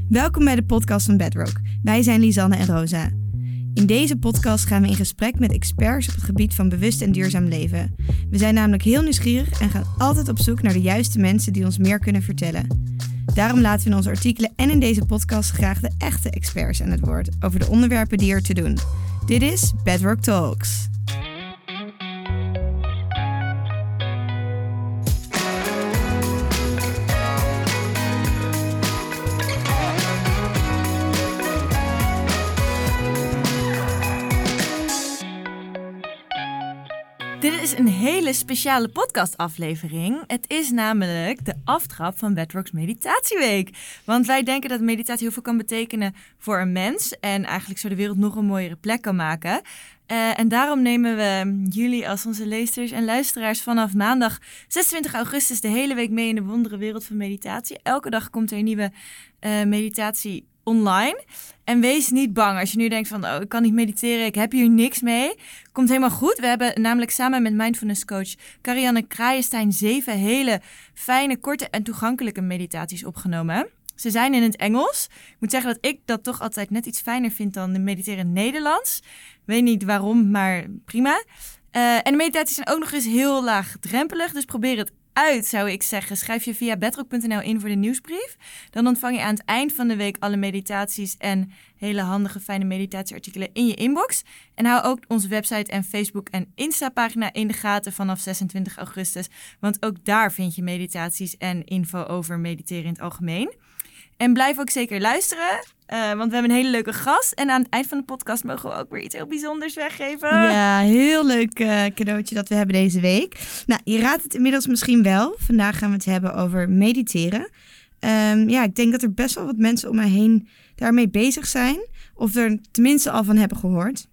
Welkom bij de podcast van Bedrock. Wij zijn Lisanne en Rosa. In deze podcast gaan we in gesprek met experts op het gebied van bewust en duurzaam leven. We zijn namelijk heel nieuwsgierig en gaan altijd op zoek naar de juiste mensen die ons meer kunnen vertellen. Daarom laten we in onze artikelen en in deze podcast graag de echte experts aan het woord over de onderwerpen die er te doen. Dit is Bedrock Talks. Dit is een hele speciale podcastaflevering. Het is namelijk de aftrap van Bedrock's Meditatieweek. Want wij denken dat meditatie heel veel kan betekenen voor een mens en eigenlijk zo de wereld nog een mooiere plek kan maken. En daarom nemen we jullie als onze lezers en luisteraars vanaf maandag 26 augustus de hele week mee in de wondere wereld van meditatie. Elke dag komt er een nieuwe meditatie online. En wees niet bang als je nu denkt van, oh, ik kan niet mediteren, ik heb hier niks mee. Komt helemaal goed. We hebben namelijk samen met mindfulness coach Karianne Kraaienstein 7 hele fijne, korte en toegankelijke meditaties opgenomen. Ze zijn in het Engels. Ik moet zeggen dat ik dat toch altijd net iets fijner vind dan de mediteren in het Nederlands. Weet niet waarom, maar prima. En de meditaties zijn ook nog eens heel laagdrempelig, dus probeer het uit, zou ik zeggen. Schrijf je via bedrock.nl in voor de nieuwsbrief. Dan ontvang je aan het eind van de week alle meditaties en hele handige, fijne meditatieartikelen in je inbox. En hou ook onze website en Facebook en Insta-pagina in de gaten vanaf 26 augustus. Want ook daar vind je meditaties en info over mediteren in het algemeen. En blijf ook zeker luisteren, want we hebben een hele leuke gast. En aan het eind van de podcast mogen we ook weer iets heel bijzonders weggeven. Ja, heel leuk cadeautje dat we hebben deze week. Nou, je raadt het inmiddels misschien wel. Vandaag gaan we het hebben over mediteren. Ik denk dat er best wel wat mensen om mij heen daarmee bezig zijn. Of er tenminste al van hebben gehoord.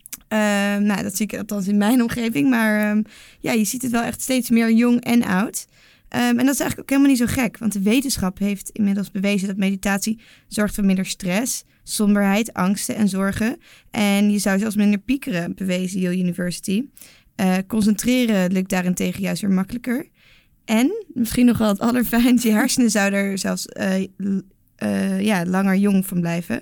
Dat zie ik althans in mijn omgeving. Maar je ziet het wel echt steeds meer jong en oud. En dat is eigenlijk ook helemaal niet zo gek, want de wetenschap heeft inmiddels bewezen dat meditatie zorgt voor minder stress, somberheid, angsten en zorgen. En je zou zelfs minder piekeren, bewezen Yale University. Concentreren lukt daarentegen juist weer makkelijker. En, misschien nog wel het allerfijnst, je hersenen zouden er zelfs langer jong van blijven.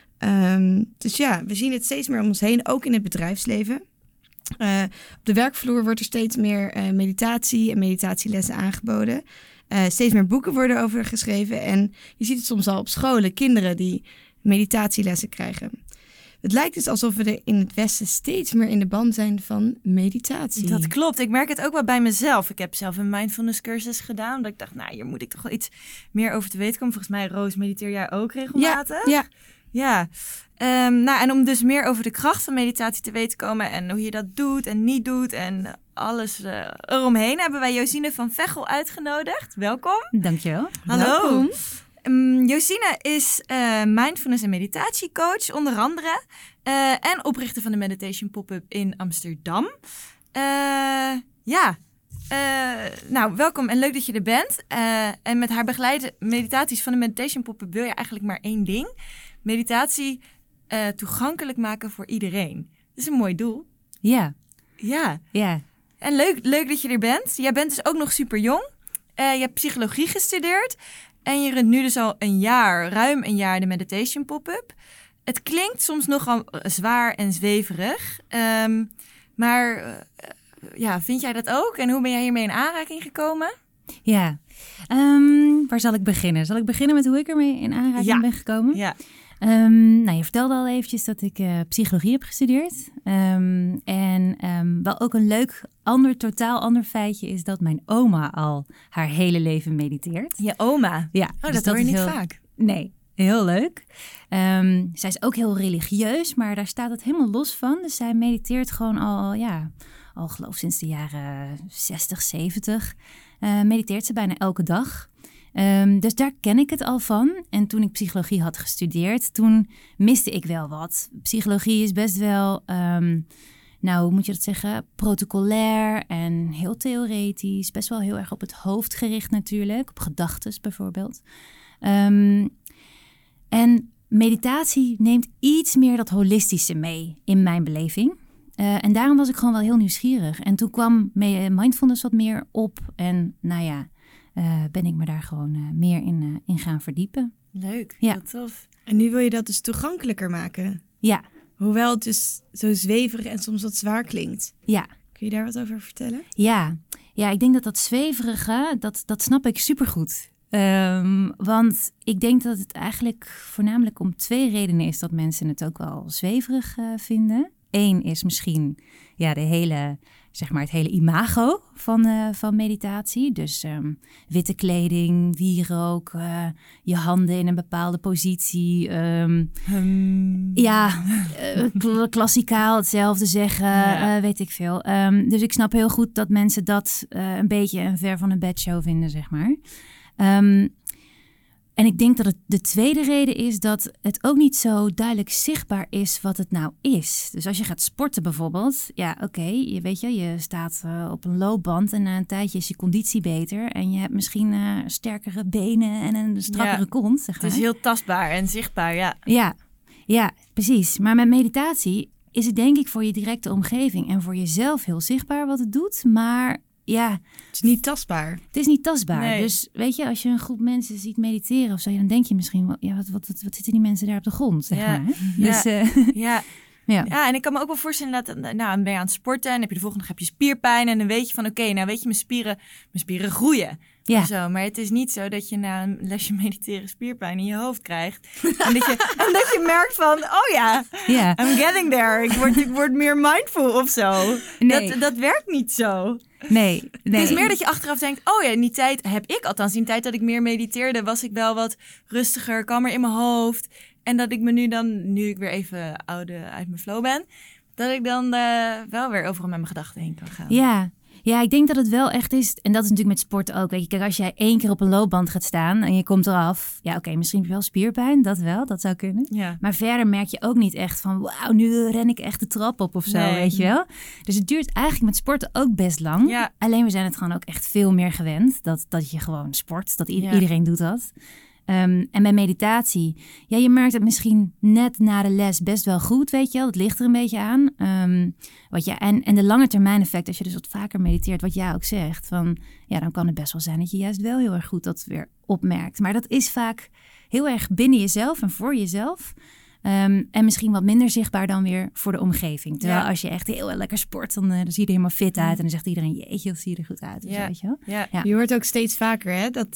Dus ja, we zien het steeds meer om ons heen, ook in het bedrijfsleven. Op de werkvloer wordt er steeds meer meditatie en meditatielessen aangeboden. Steeds meer boeken worden over geschreven. En je ziet het soms al op scholen, kinderen die meditatielessen krijgen. Het lijkt dus alsof we er in het Westen steeds meer in de band zijn van meditatie. Dat klopt. Ik merk het ook wel bij mezelf. Ik heb zelf een mindfulness cursus gedaan. Omdat ik dacht, hier moet ik toch wel iets meer over te weten komen. Volgens mij, Roos, mediteer jij ook regelmatig? Ja. En om dus meer over de kracht van meditatie te weten komen en hoe je dat doet en niet doet en alles eromheen, hebben wij Josine van Veghel uitgenodigd. Welkom. Dankjewel. Hallo. Welkom. Josine is mindfulness en meditatiecoach onder andere en oprichter van de Meditation Pop-up in Amsterdam. Welkom en leuk dat je er bent. En met haar begeleide meditaties van de Meditation Pop-up wil je eigenlijk maar één ding. Meditatie toegankelijk maken voor iedereen. Dat is een mooi doel. Ja. En leuk dat je er bent. Jij bent dus ook nog super jong. Je hebt psychologie gestudeerd. En je runt nu dus al ruim een jaar de Meditation Pop-up. Het klinkt soms nogal zwaar en zweverig. Vind jij dat ook? En hoe ben jij hiermee in aanraking gekomen? Ja. Waar zal ik beginnen? Zal ik beginnen met hoe ik ermee in aanraking ben gekomen? Ja. Je vertelde al eventjes dat ik psychologie heb gestudeerd. Wel ook een leuk, totaal ander feitje is dat mijn oma al haar hele leven mediteert. Je oma? Ja. Dus dat hoor je niet vaak. Nee, heel leuk. Zij is ook heel religieus, maar daar staat het helemaal los van. Dus zij mediteert gewoon al geloof sinds de jaren 60, 70. Mediteert ze bijna elke dag. Dus daar ken ik het al van. En toen ik psychologie had gestudeerd, toen miste ik wel wat. Psychologie is best wel, hoe moet je dat zeggen, protocolair en heel theoretisch. Best wel heel erg op het hoofd gericht natuurlijk, op gedachtes bijvoorbeeld. En meditatie neemt iets meer dat holistische mee in mijn beleving. En daarom was ik gewoon wel heel nieuwsgierig. En toen kwam mindfulness wat meer op. En ben ik me daar gewoon meer in gaan verdiepen. Leuk, Ja. wat tof. En nu wil je dat dus toegankelijker maken. Ja, Hoewel het dus zo zweverig en soms wat zwaar klinkt. ja. Kun je daar wat over vertellen? Ja, ik denk dat zweverige, dat snap ik supergoed. Want ik denk dat het eigenlijk voornamelijk om 2 redenen is dat mensen het ook wel zweverig vinden. 1 is misschien de hele, zeg maar het hele imago van meditatie. Dus witte kleding, wierook, je handen in een bepaalde positie. Klassikaal hetzelfde zeggen, weet ik veel. Dus ik snap heel goed dat mensen dat een beetje een ver van een bedshow vinden, zeg maar. En ik denk dat het de tweede reden is dat het ook niet zo duidelijk zichtbaar is wat het nou is. Dus als je gaat sporten bijvoorbeeld, je staat op een loopband en na een tijdje is je conditie beter. En je hebt misschien sterkere benen en een strakkere kont. Zeg maar. Het is heel tastbaar en zichtbaar, ja. Ja, precies. Maar met meditatie is het denk ik voor je directe omgeving en voor jezelf heel zichtbaar wat het doet. Maar het is niet tastbaar. Het is niet tastbaar. Nee. Dus weet je, als je een groep mensen ziet mediteren of zo, dan denk je misschien, wat zitten die mensen daar op de grond, zeg maar. Dus, Ja, en ik kan me ook wel voorstellen dat dan ben je aan het sporten en heb je de volgende dag heb je spierpijn en dan weet je van mijn spieren groeien. Ja. Zo, maar het is niet zo dat je na een lesje mediteren spierpijn in je hoofd krijgt. En dat je merkt van, I'm getting there. Ik word meer mindful of zo. Nee. Dat werkt niet zo. Nee. Het is meer dat je achteraf denkt, in die tijd heb ik althans, in die tijd dat ik meer mediteerde, was ik wel wat rustiger, kalmer in mijn hoofd. En dat ik me nu ik weer even oude uit mijn flow ben, dat ik dan wel weer overal met mijn gedachten heen kan gaan. Ja, ik denk dat het wel echt is. En dat is natuurlijk met sport ook. Weet je, kijk, als jij 1 keer op een loopband gaat staan en je komt eraf. Misschien heb je wel spierpijn. Dat zou kunnen. Ja. Maar verder merk je ook niet echt van, wauw, nu ren ik echt de trap op of zo, weet je wel. Dus het duurt eigenlijk met sporten ook best lang. Ja. Alleen we zijn het gewoon ook echt veel meer gewend. Dat je gewoon sport, dat iedereen doet dat. En bij meditatie, je merkt het misschien net na de les best wel goed, weet je wel. Het ligt er een beetje aan. En de lange termijn effect, als je dus wat vaker mediteert, wat jij ook zegt, dan kan het best wel zijn dat je juist wel heel erg goed dat weer opmerkt. Maar dat is vaak heel erg binnen jezelf en voor jezelf. En misschien wat minder zichtbaar dan weer voor de omgeving. Terwijl als je echt heel lekker sport, dan zie je er helemaal fit uit. En dan zegt iedereen, jeetje, dat zie je er goed uit. Dus, weet je wel? Ja. Je hoort ook steeds vaker, hè, dat...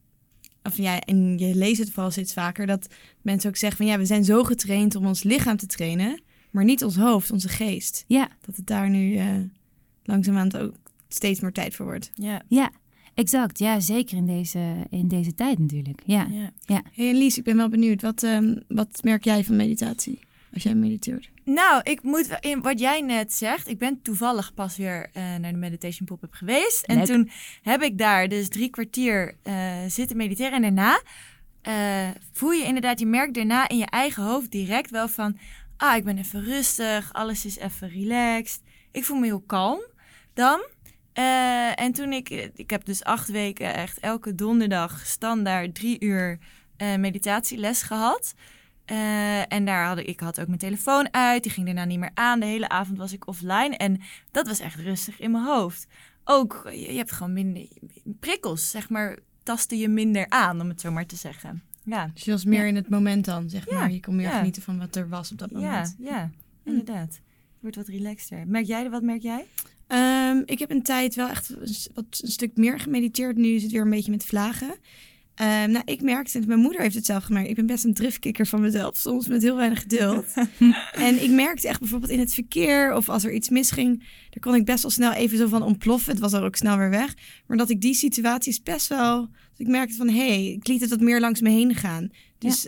en je leest het vooral steeds vaker, dat mensen ook zeggen van we zijn zo getraind om ons lichaam te trainen, maar niet ons hoofd, onze geest. Ja. Dat het daar nu langzaamaan ook steeds meer tijd voor wordt. Ja, exact. Ja, zeker in deze tijd natuurlijk. Ja. Hey, en Lies, ik ben wel benieuwd. Wat merk jij van meditatie als jij mediteert? Nou, ik moet in wat jij net zegt. Ik ben toevallig pas weer naar de Meditation Pop-up geweest. En toen heb ik daar dus 3 kwartier zitten mediteren. En daarna voel je inderdaad, je merkt daarna in je eigen hoofd direct wel van, ik ben even rustig, alles is even relaxed. Ik voel me heel kalm dan. En toen ik heb dus 8 weken echt elke donderdag standaard 3 uur meditatieles gehad. En ik had ook mijn telefoon uit, die ging daarna niet meer aan. De hele avond was ik offline en dat was echt rustig in mijn hoofd. Ook, je hebt gewoon minder prikkels, zeg maar, tasten je minder aan, om het zo maar te zeggen. Ja. Dus je was meer in het moment dan, zeg maar. Je kon meer genieten van wat er was op dat moment. Ja, inderdaad. Het wordt wat relaxter. Wat merk jij? Ik heb een tijd wel echt een stuk meer gemediteerd. Nu is het weer een beetje met vlagen. Ik merkte, mijn moeder heeft het zelf gemerkt. Ik ben best een driftkikker van mezelf, soms met heel weinig geduld. En ik merkte echt bijvoorbeeld in het verkeer of als er iets misging, daar kon ik best wel snel even zo van ontploffen. Het was er ook snel weer weg. Maar dat ik die situaties best wel, dat ik merkte van, ik liet het wat meer langs me heen gaan. Dus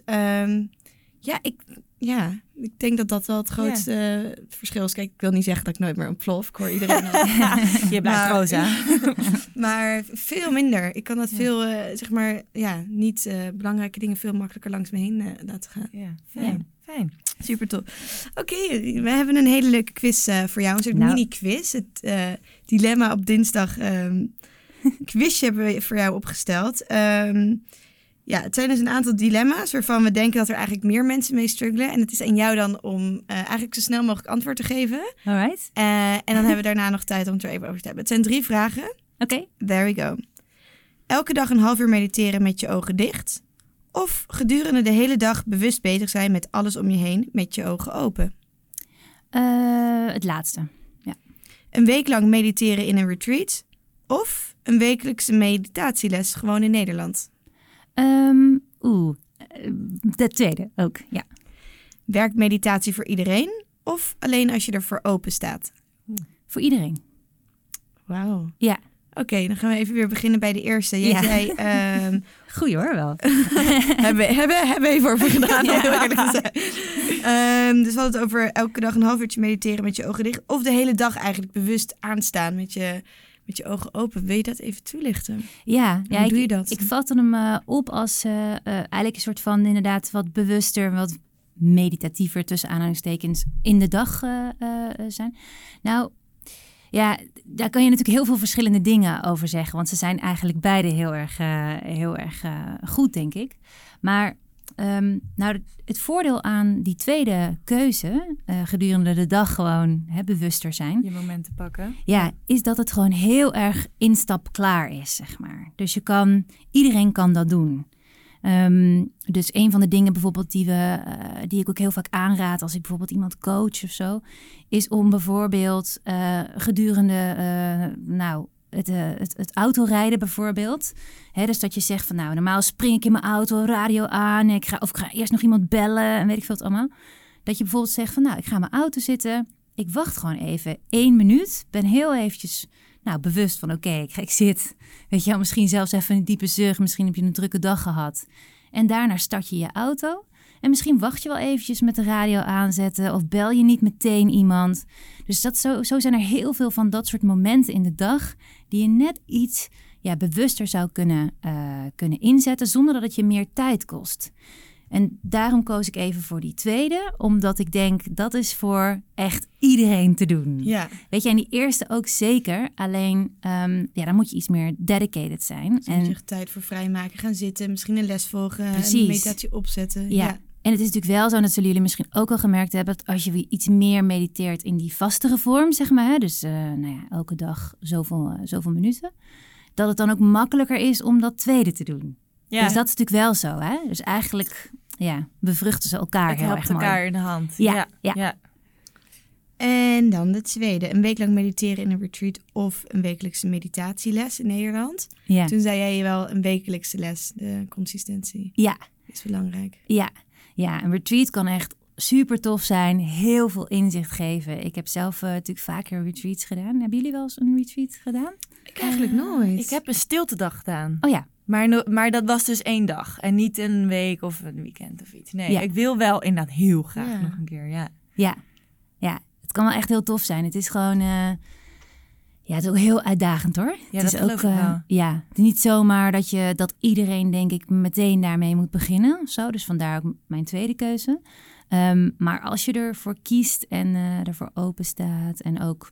ik denk dat dat wel het grootste verschil is. Kijk, ik wil niet zeggen dat ik nooit meer ontplof. Ik hoor iedereen al. Je blijft rosa. Maar veel minder. Ik kan dat veel, niet belangrijke dingen veel makkelijker langs me heen laten gaan. Ja, fijn. Super tof. Oké, we hebben een hele leuke quiz voor jou. Een soort mini-quiz. Het dilemma op dinsdag quizje hebben we voor jou opgesteld. Het zijn dus een aantal dilemma's waarvan we denken dat er eigenlijk meer mensen mee struggelen. En het is aan jou dan om eigenlijk zo snel mogelijk antwoord te geven. Alright. En dan hebben we daarna nog tijd om het er even over te hebben. Het zijn 3 vragen. Oké. There we go. Elke dag een half uur mediteren met je ogen dicht. Of gedurende de hele dag bewust bezig zijn met alles om je heen met je ogen open. Het laatste. Een week lang mediteren in een retreat. Of een wekelijkse meditatieles gewoon in Nederland. De tweede ook, ja. Werkt meditatie voor iedereen? Of alleen als je ervoor open staat? Voor iedereen. Wauw. Ja. Oké, dan gaan we even weer beginnen bij de eerste. Jij zei... Goeie hoor, wel. hebben we even over gedaan. Ja. Om heel eerlijk te zijn. Dus we hadden het over elke dag een half uurtje mediteren met je ogen dicht. Of de hele dag eigenlijk bewust aanstaan met je ogen open. Wil je dat even toelichten? Ja, Hoe doe je dat? Ik vatte hem op als eigenlijk een soort van inderdaad wat bewuster, wat meditatiever tussen aanhalingstekens in de dag zijn. Nou, ja, daar kan je natuurlijk heel veel verschillende dingen over zeggen. Want ze zijn eigenlijk beide heel erg goed, denk ik. Maar het voordeel aan die tweede keuze, gedurende de dag gewoon bewuster zijn. Je momenten pakken. Ja, is dat het gewoon heel erg instapklaar is, zeg maar. Dus iedereen kan dat doen. Dus een van de dingen bijvoorbeeld die ik ook heel vaak aanraad als ik bijvoorbeeld iemand coach of zo, is om bijvoorbeeld gedurende het autorijden bijvoorbeeld. Dus dat je zegt van normaal spring ik in mijn auto, radio aan, ik ga eerst nog iemand bellen en weet ik veel wat allemaal. Dat je bijvoorbeeld zegt van ik ga in mijn auto zitten, ik wacht gewoon even 1 minuut, ben heel eventjes bewust van oké, ik zit, weet je wel, misschien zelfs even een diepe zucht, misschien heb je een drukke dag gehad. En daarna start je je auto. En misschien wacht je wel eventjes met de radio aanzetten of bel je niet meteen iemand. Dus zo zijn er heel veel van dat soort momenten in de dag die je net iets bewuster zou kunnen inzetten zonder dat het je meer tijd kost. En daarom koos ik even voor die tweede, omdat ik denk dat is voor echt iedereen te doen. Ja. Weet je, en die eerste ook zeker. Alleen, dan moet je iets meer dedicated zijn. Dus moet je tijd voor vrijmaken, gaan zitten, misschien een les volgen, Precies. een meditatie opzetten. Ja. En het is natuurlijk wel zo, en dat zullen jullie misschien ook al gemerkt hebben, dat als je iets meer mediteert in die vastere vorm, zeg maar, dus elke dag zoveel minuten, dat het dan ook makkelijker is om dat tweede te doen. Ja. Dus dat is natuurlijk wel zo, hè? Dus eigenlijk, bevruchten ze elkaar Het heel helpt erg mooi. elkaar in de hand. Ja. En dan de tweede. Een week lang mediteren in een retreat of een wekelijkse meditatieles in Nederland. Ja. Toen zei jij wel een wekelijkse les, de consistentie Ja. is belangrijk. Ja, een retreat kan echt super tof zijn, heel veel inzicht geven. Ik heb zelf natuurlijk vaker retreats gedaan. Hebben jullie wel eens een retreat gedaan? Ik eigenlijk nooit. Ik heb een stiltedag gedaan. Oh ja. Maar dat was dus 1 dag en niet een week of een weekend of iets. Nee, Ja. ik wil wel inderdaad heel graag nog een keer, Ja, het kan wel echt heel tof zijn. Het is gewoon, het is ook heel uitdagend hoor. Ja, het dat is geloof ik wel. Ja, het is niet zomaar dat iedereen denk ik meteen daarmee moet beginnen of zo. Dus vandaar ook mijn tweede keuze. Maar als je ervoor kiest en ervoor open staat en ook,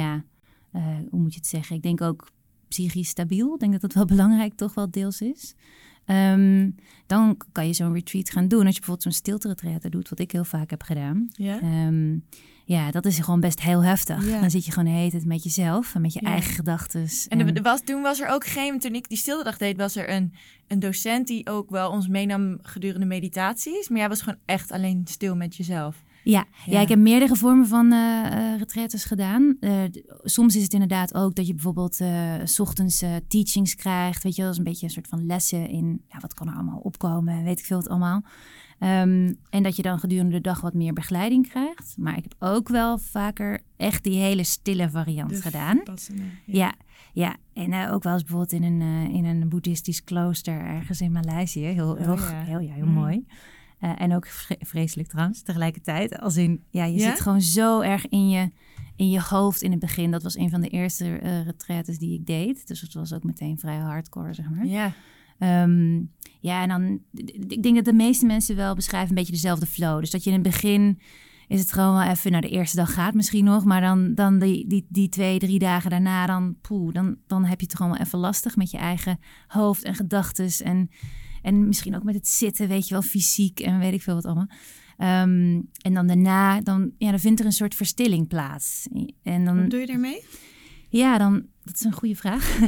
hoe moet je het zeggen? Ik denk ook psychisch stabiel. Ik denk dat dat wel belangrijk toch wel deels is. Dan kan je zo'n retreat gaan doen. Als je bijvoorbeeld zo'n stilte-retraite doet, wat ik heel vaak heb gedaan. Ja? Dat is gewoon best heel heftig. Ja. Dan zit je gewoon de hele tijd met jezelf en met je eigen gedachten. En toen was er ook toen ik die stiltedag deed, was er een docent die ook wel ons meenam gedurende meditaties. Maar jij was gewoon echt alleen stil met jezelf. Ja, ik heb meerdere vormen van retraites gedaan. Soms is het inderdaad ook dat je bijvoorbeeld 's ochtends teachings krijgt. Weet je, dat is een beetje een soort van lessen in wat kan er allemaal opkomen, weet ik veel wat allemaal. En dat je dan gedurende de dag wat meer begeleiding krijgt. Maar ik heb ook wel vaker echt die hele stille variant gedaan. Ja. En ook wel eens bijvoorbeeld in een boeddhistisch klooster ergens in Maleisië. Heel mooi. En ook vreselijk trouwens, tegelijkertijd. Als in, je zit gewoon zo erg in je hoofd in het begin. Dat was een van de eerste retraites die ik deed. Dus het was ook meteen vrij hardcore, zeg maar. Ja. En dan, ik denk dat de meeste mensen wel beschrijven een beetje dezelfde flow. Dus dat je in het begin is het gewoon wel even, de eerste dag gaat misschien nog. Maar dan die 2-3 dagen daarna, dan heb je het gewoon wel even lastig met je eigen hoofd en gedachtes. En misschien ook met het zitten, weet je wel, fysiek en weet ik veel wat allemaal. En dan daarna, dan vindt er een soort verstilling plaats. En dan, Wat doe je daarmee? Ja, dat is een goede vraag.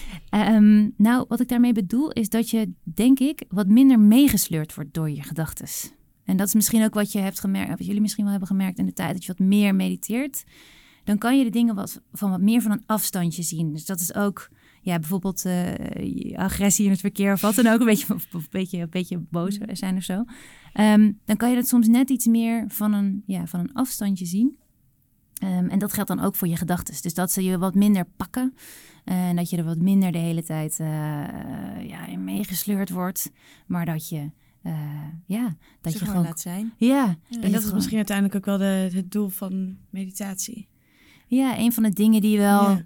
Nou, wat ik daarmee bedoel is dat je, denk ik, wat minder meegesleurd wordt door je gedachtes. En dat is misschien ook wat je hebt gemerkt, wat jullie misschien wel hebben gemerkt in de tijd dat je wat meer mediteert. Dan kan je de dingen wat meer van een afstandje zien. Dus dat is ook, bijvoorbeeld agressie in het verkeer of wat dan ook, een beetje boos zijn of zo. Dan kan je dat soms net iets meer van een afstandje zien. En dat geldt dan ook voor je gedachtes. Dus dat ze je wat minder pakken. En dat je er wat minder de hele tijd in meegesleurd wordt. Maar dat je... dat je gewoon laat zijn. Ja, en dat is misschien uiteindelijk ook wel het doel van meditatie. Ja, een van de dingen die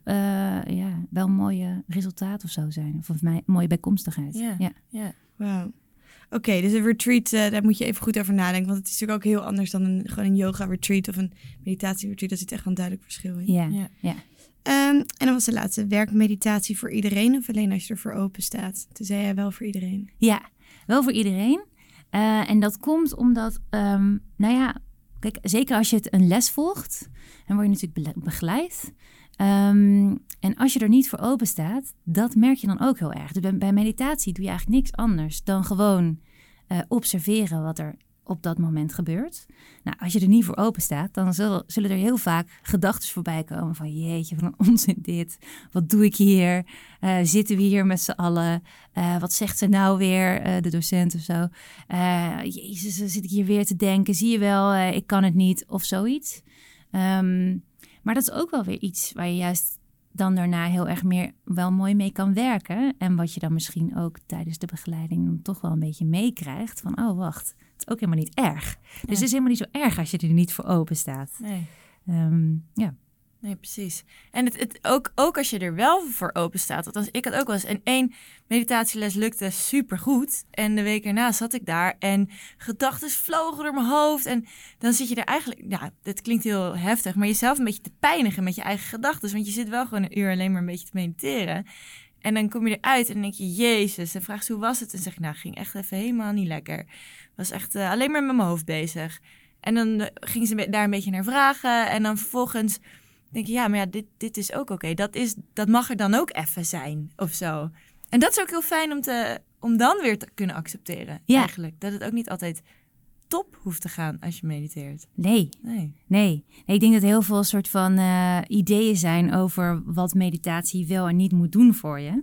wel mooie resultaten of zo zijn. Of mooie bijkomstigheid. Ja. Wauw. Oké, dus een retreat, daar moet je even goed over nadenken. Want het is natuurlijk ook heel anders dan gewoon een yoga retreat of een meditatie retreat. Daar zit echt wel een duidelijk verschil in. Ja. En dan was de laatste, werkmeditatie voor iedereen of alleen als je ervoor open staat? Toen zei jij wel voor iedereen. Ja, wel voor iedereen. En dat komt omdat, kijk, zeker als je een les volgt, dan word je natuurlijk begeleid. En als je er niet voor open staat, dat merk je dan ook heel erg. Dus bij meditatie doe je eigenlijk niks anders dan gewoon observeren wat er op dat moment gebeurt. Nou, als je er niet voor open staat, dan zullen er heel vaak gedachten voorbij komen van jeetje, wat een onzin dit. Wat doe ik hier? Zitten we hier met z'n allen? Wat zegt ze nou weer, de docent of zo? Jezus, zit ik hier weer te denken? Zie je wel, ik kan het niet of zoiets. Maar dat is ook wel weer iets waar je juist dan daarna heel erg wel mooi mee kan werken. En wat je dan misschien ook tijdens de begeleiding dan toch wel een beetje meekrijgt. Van, oh wacht, het is ook helemaal niet erg. Dus het is helemaal niet zo erg als je er niet voor open staat. Nee. Nee, precies. En het ook als je er wel voor open staat. Althans, ik had ook wel eens. En 1 meditatieles lukte supergoed. En de week erna zat ik daar. En gedachten vlogen door mijn hoofd. En dan zit je er eigenlijk... Ja, dit klinkt heel heftig. Maar jezelf een beetje te pijnigen met je eigen gedachten. Want je zit wel gewoon een uur alleen maar een beetje te mediteren. En dan kom je eruit en dan denk je... Jezus. En vraag ze hoe was het? En zeg ik, nou, ging echt even helemaal niet lekker. Was echt alleen maar met mijn hoofd bezig. En dan ging ze daar een beetje naar vragen. En dan vervolgens... denk je, ja, maar dit is ook oké. Dat mag er dan ook even zijn, of zo. En dat is ook heel fijn om dan weer te kunnen accepteren, eigenlijk. Dat het ook niet altijd top hoeft te gaan als je mediteert. Nee. Ik denk dat heel veel soort van ideeën zijn over wat meditatie wel en niet moet doen voor je.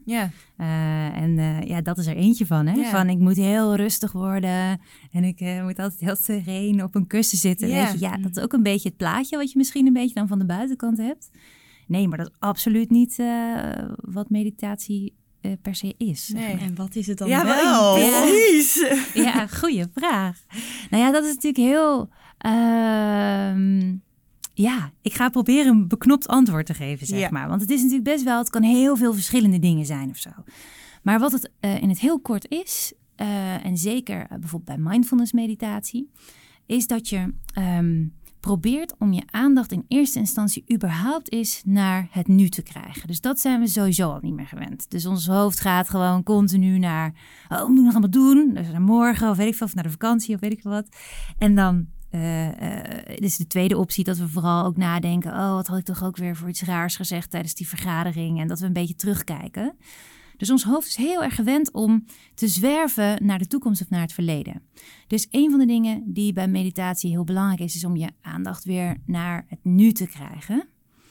Ja. Dat is er eentje van, hè? Ja. Van ik moet heel rustig worden en ik moet altijd heel sereen op een kussen zitten. Ja. Weet je? Dat is ook een beetje het plaatje wat je misschien een beetje dan van de buitenkant hebt. Nee, maar dat is absoluut niet wat meditatie per se is. Nee. En wat is het dan Ja, wel? precies. Ja, goeie vraag. Nou ja, dat is natuurlijk heel... ik ga proberen een beknopt antwoord te geven, zeg maar. Want het is natuurlijk best wel... Het kan heel veel verschillende dingen zijn of zo. Maar wat het in het heel kort is... en zeker bijvoorbeeld bij mindfulness meditatie... is dat je probeert om je aandacht in eerste instantie überhaupt eens naar het nu te krijgen. Dus dat zijn we sowieso al niet meer gewend. Dus ons hoofd gaat gewoon continu naar... Oh, we moeten nog allemaal doen. Dus naar morgen of weet ik veel, of naar de vakantie of weet ik veel wat. En dan... is de tweede optie dat we vooral ook nadenken... oh, wat had ik toch ook weer voor iets raars gezegd tijdens die vergadering... en dat we een beetje terugkijken. Dus ons hoofd is heel erg gewend om te zwerven naar de toekomst of naar het verleden. Dus een van de dingen die bij meditatie heel belangrijk is om je aandacht weer naar het nu te krijgen.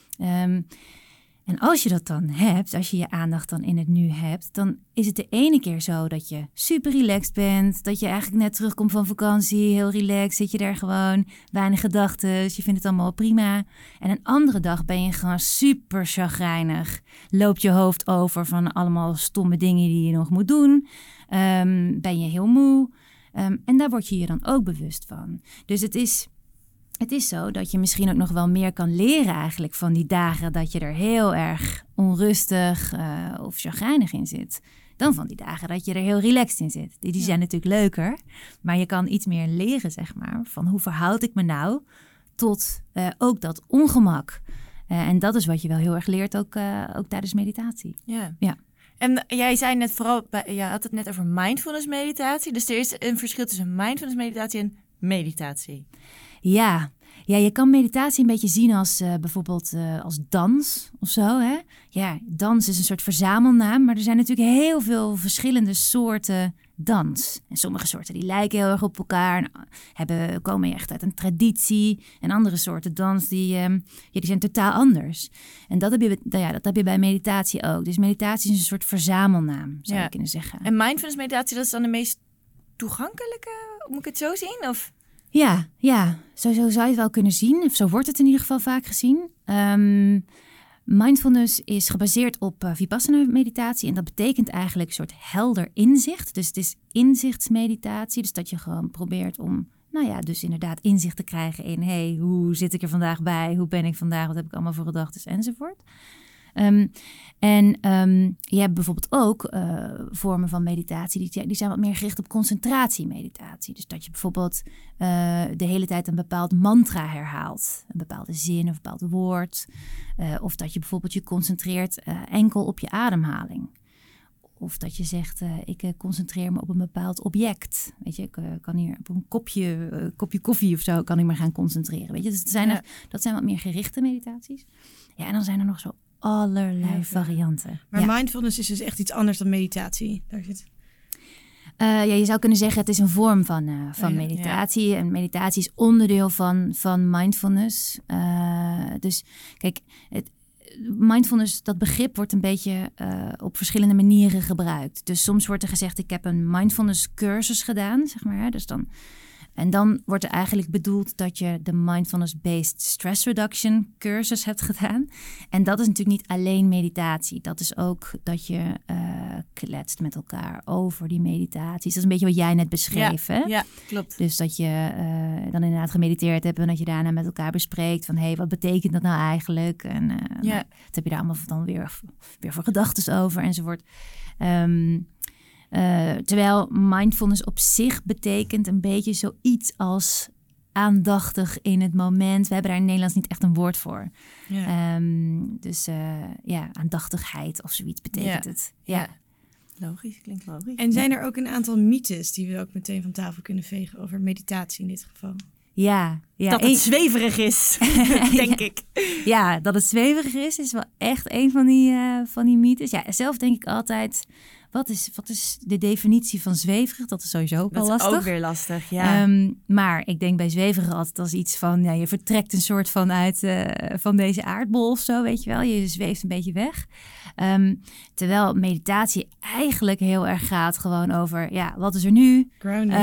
En als je dat dan hebt, als je je aandacht dan in het nu hebt, dan is het de ene keer zo dat je super relaxed bent, dat je eigenlijk net terugkomt van vakantie, heel relaxed, zit je daar gewoon, weinig gedachten, je vindt het allemaal prima. En een andere dag ben je gewoon super chagrijnig, loopt je hoofd over van allemaal stomme dingen die je nog moet doen, ben je heel moe en daar word je je dan ook bewust van. Dus het is zo dat je misschien ook nog wel meer kan leren eigenlijk van die dagen dat je er heel erg onrustig of chagrijnig in zit. Dan van die dagen dat je er heel relaxed in zit. Die zijn natuurlijk leuker, maar je kan iets meer leren, zeg maar, van hoe verhoud ik me nou tot ook dat ongemak. En dat is wat je wel heel erg leert ook tijdens meditatie. Ja. En jij zei net vooral, je had het net over mindfulness meditatie. Dus er is een verschil tussen mindfulness meditatie en meditatie. Ja, Ja, je kan meditatie een beetje zien als bijvoorbeeld als dans of zo. Hè? Ja, dans is een soort verzamelnaam, maar er zijn natuurlijk heel veel verschillende soorten dans. En sommige soorten die lijken heel erg op elkaar en komen echt uit een traditie. En andere soorten dans die zijn totaal anders. En dat heb je bij meditatie ook. Dus meditatie is een soort verzamelnaam, zou je kunnen zeggen. En mindfulness meditatie, dat is dan de meest toegankelijke? Moet ik het zo zien? Of... Ja, zo zou je het wel kunnen zien. Of zo wordt het in ieder geval vaak gezien. Mindfulness is gebaseerd op Vipassana-meditatie. En dat betekent eigenlijk een soort helder inzicht. Dus het is inzichtsmeditatie. Dus dat je gewoon probeert om, dus inderdaad inzicht te krijgen in... hoe zit ik er vandaag bij? Hoe ben ik vandaag? Wat heb ik allemaal voor gedachten? Enzovoort. Je hebt bijvoorbeeld ook vormen van meditatie die zijn wat meer gericht op concentratiemeditatie. Dus dat je bijvoorbeeld de hele tijd een bepaald mantra herhaalt, een bepaalde zin of een bepaald woord. Of dat je bijvoorbeeld je concentreert enkel op je ademhaling. Of dat je zegt, ik concentreer me op een bepaald object. Weet je, ik kan hier op een kopje koffie of zo kan ik me gaan concentreren. Weet je, dus dat zijn wat meer gerichte meditaties. Ja, en dan zijn er nog zo allerlei varianten. Maar mindfulness is dus echt iets anders dan meditatie. Daar zit... je zou kunnen zeggen het is een vorm van meditatie. Ja. En meditatie is onderdeel van mindfulness. Dus kijk, mindfulness, dat begrip wordt een beetje op verschillende manieren gebruikt. Dus soms wordt er gezegd, ik heb een mindfulness cursus gedaan, zeg maar. Hè? Dus dan wordt er eigenlijk bedoeld dat je de mindfulness-based stress reduction cursus hebt gedaan. En dat is natuurlijk niet alleen meditatie. Dat is ook dat je kletst met elkaar over die meditaties. Dat is een beetje wat jij net beschreef. Ja, hè? Ja, klopt. Dus dat je dan inderdaad gemediteerd hebt en dat je daarna met elkaar bespreekt van wat betekent dat nou eigenlijk? En wat heb je daar allemaal dan weer voor gedachten over enzovoort. Terwijl mindfulness op zich betekent een beetje zoiets als aandachtig in het moment. We hebben daar in Nederlands niet echt een woord voor. Ja. Aandachtigheid of zoiets betekent het. Ja. Logisch, klinkt logisch. En zijn er ook een aantal mythes die we ook meteen van tafel kunnen vegen over meditatie in dit geval? Ja. Dat het zweverig is, denk ik. Ja, dat het zweverig is wel echt een van die mythes. Ja, zelf denk ik altijd... Wat is de definitie van zweverig? Dat is sowieso ook wel lastig. Dat is ook weer lastig, ja. Maar ik denk bij zweverig altijd als iets van... je vertrekt een soort van uit van deze aardbol of zo, weet je wel. Je zweeft een beetje weg. Terwijl meditatie eigenlijk heel erg gaat gewoon over... wat is er nu? Grounding.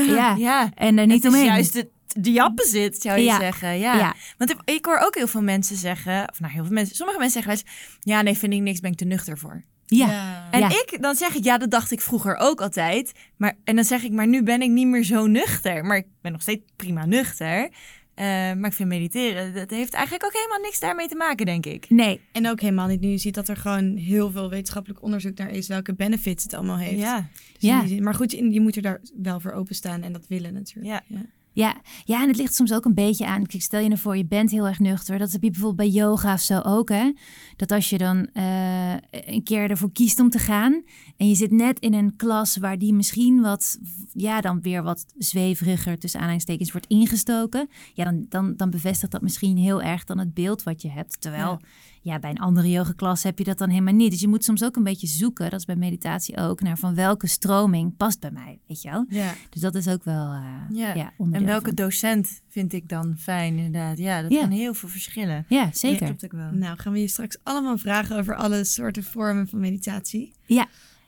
En er niet omheen. Het is juist de opposite, zou je zeggen. Ja. Want ik hoor ook heel veel mensen zeggen... sommige mensen zeggen wel eens... Ja, nee, vind ik niks, ben ik te nuchter voor. Ja. En dan zeg ik, dat dacht ik vroeger ook altijd. En dan zeg ik, maar nu ben ik niet meer zo nuchter. Maar ik ben nog steeds prima nuchter. Maar ik vind mediteren, dat heeft eigenlijk ook helemaal niks daarmee te maken, denk ik. Nee. En ook helemaal niet nu je ziet dat er gewoon heel veel wetenschappelijk onderzoek naar is welke benefits het allemaal heeft. Dus maar goed, je moet er daar wel voor openstaan en dat willen natuurlijk. Ja, en het ligt soms ook een beetje aan. Stel je voor, je bent heel erg nuchter. Dat heb je bijvoorbeeld bij yoga of zo ook, hè? Dat als je dan een keer ervoor kiest om te gaan... en je zit net in een klas waar die misschien dan weer wat zweveriger... tussen aanhalingstekens wordt ingestoken... dan bevestigt dat misschien heel erg dan het beeld wat je hebt. Terwijl... Ja, bij een andere yogaklas heb je dat dan helemaal niet. Dus je moet soms ook een beetje zoeken, dat is bij meditatie ook, naar van welke stroming past bij mij, weet je wel? Ja. Dus dat is ook wel En welke docent vind ik dan fijn, inderdaad? Ja, dat zijn heel veel verschillen. Ja, zeker. Dat klopt ook wel. Nou, gaan we je straks allemaal vragen over alle soorten vormen van meditatie. Ja.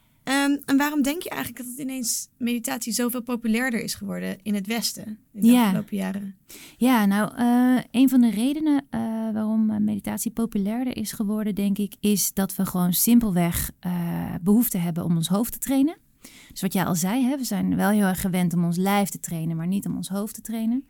En waarom denk je eigenlijk dat het ineens meditatie zoveel populairder is geworden in het Westen in de afgelopen jaren? Ja, nou, een van de redenen waarom meditatie populairder is geworden, denk ik, is dat we gewoon simpelweg behoefte hebben om ons hoofd te trainen. Dus wat jij al zei, hè, we zijn wel heel erg gewend om ons lijf te trainen, maar niet om ons hoofd te trainen.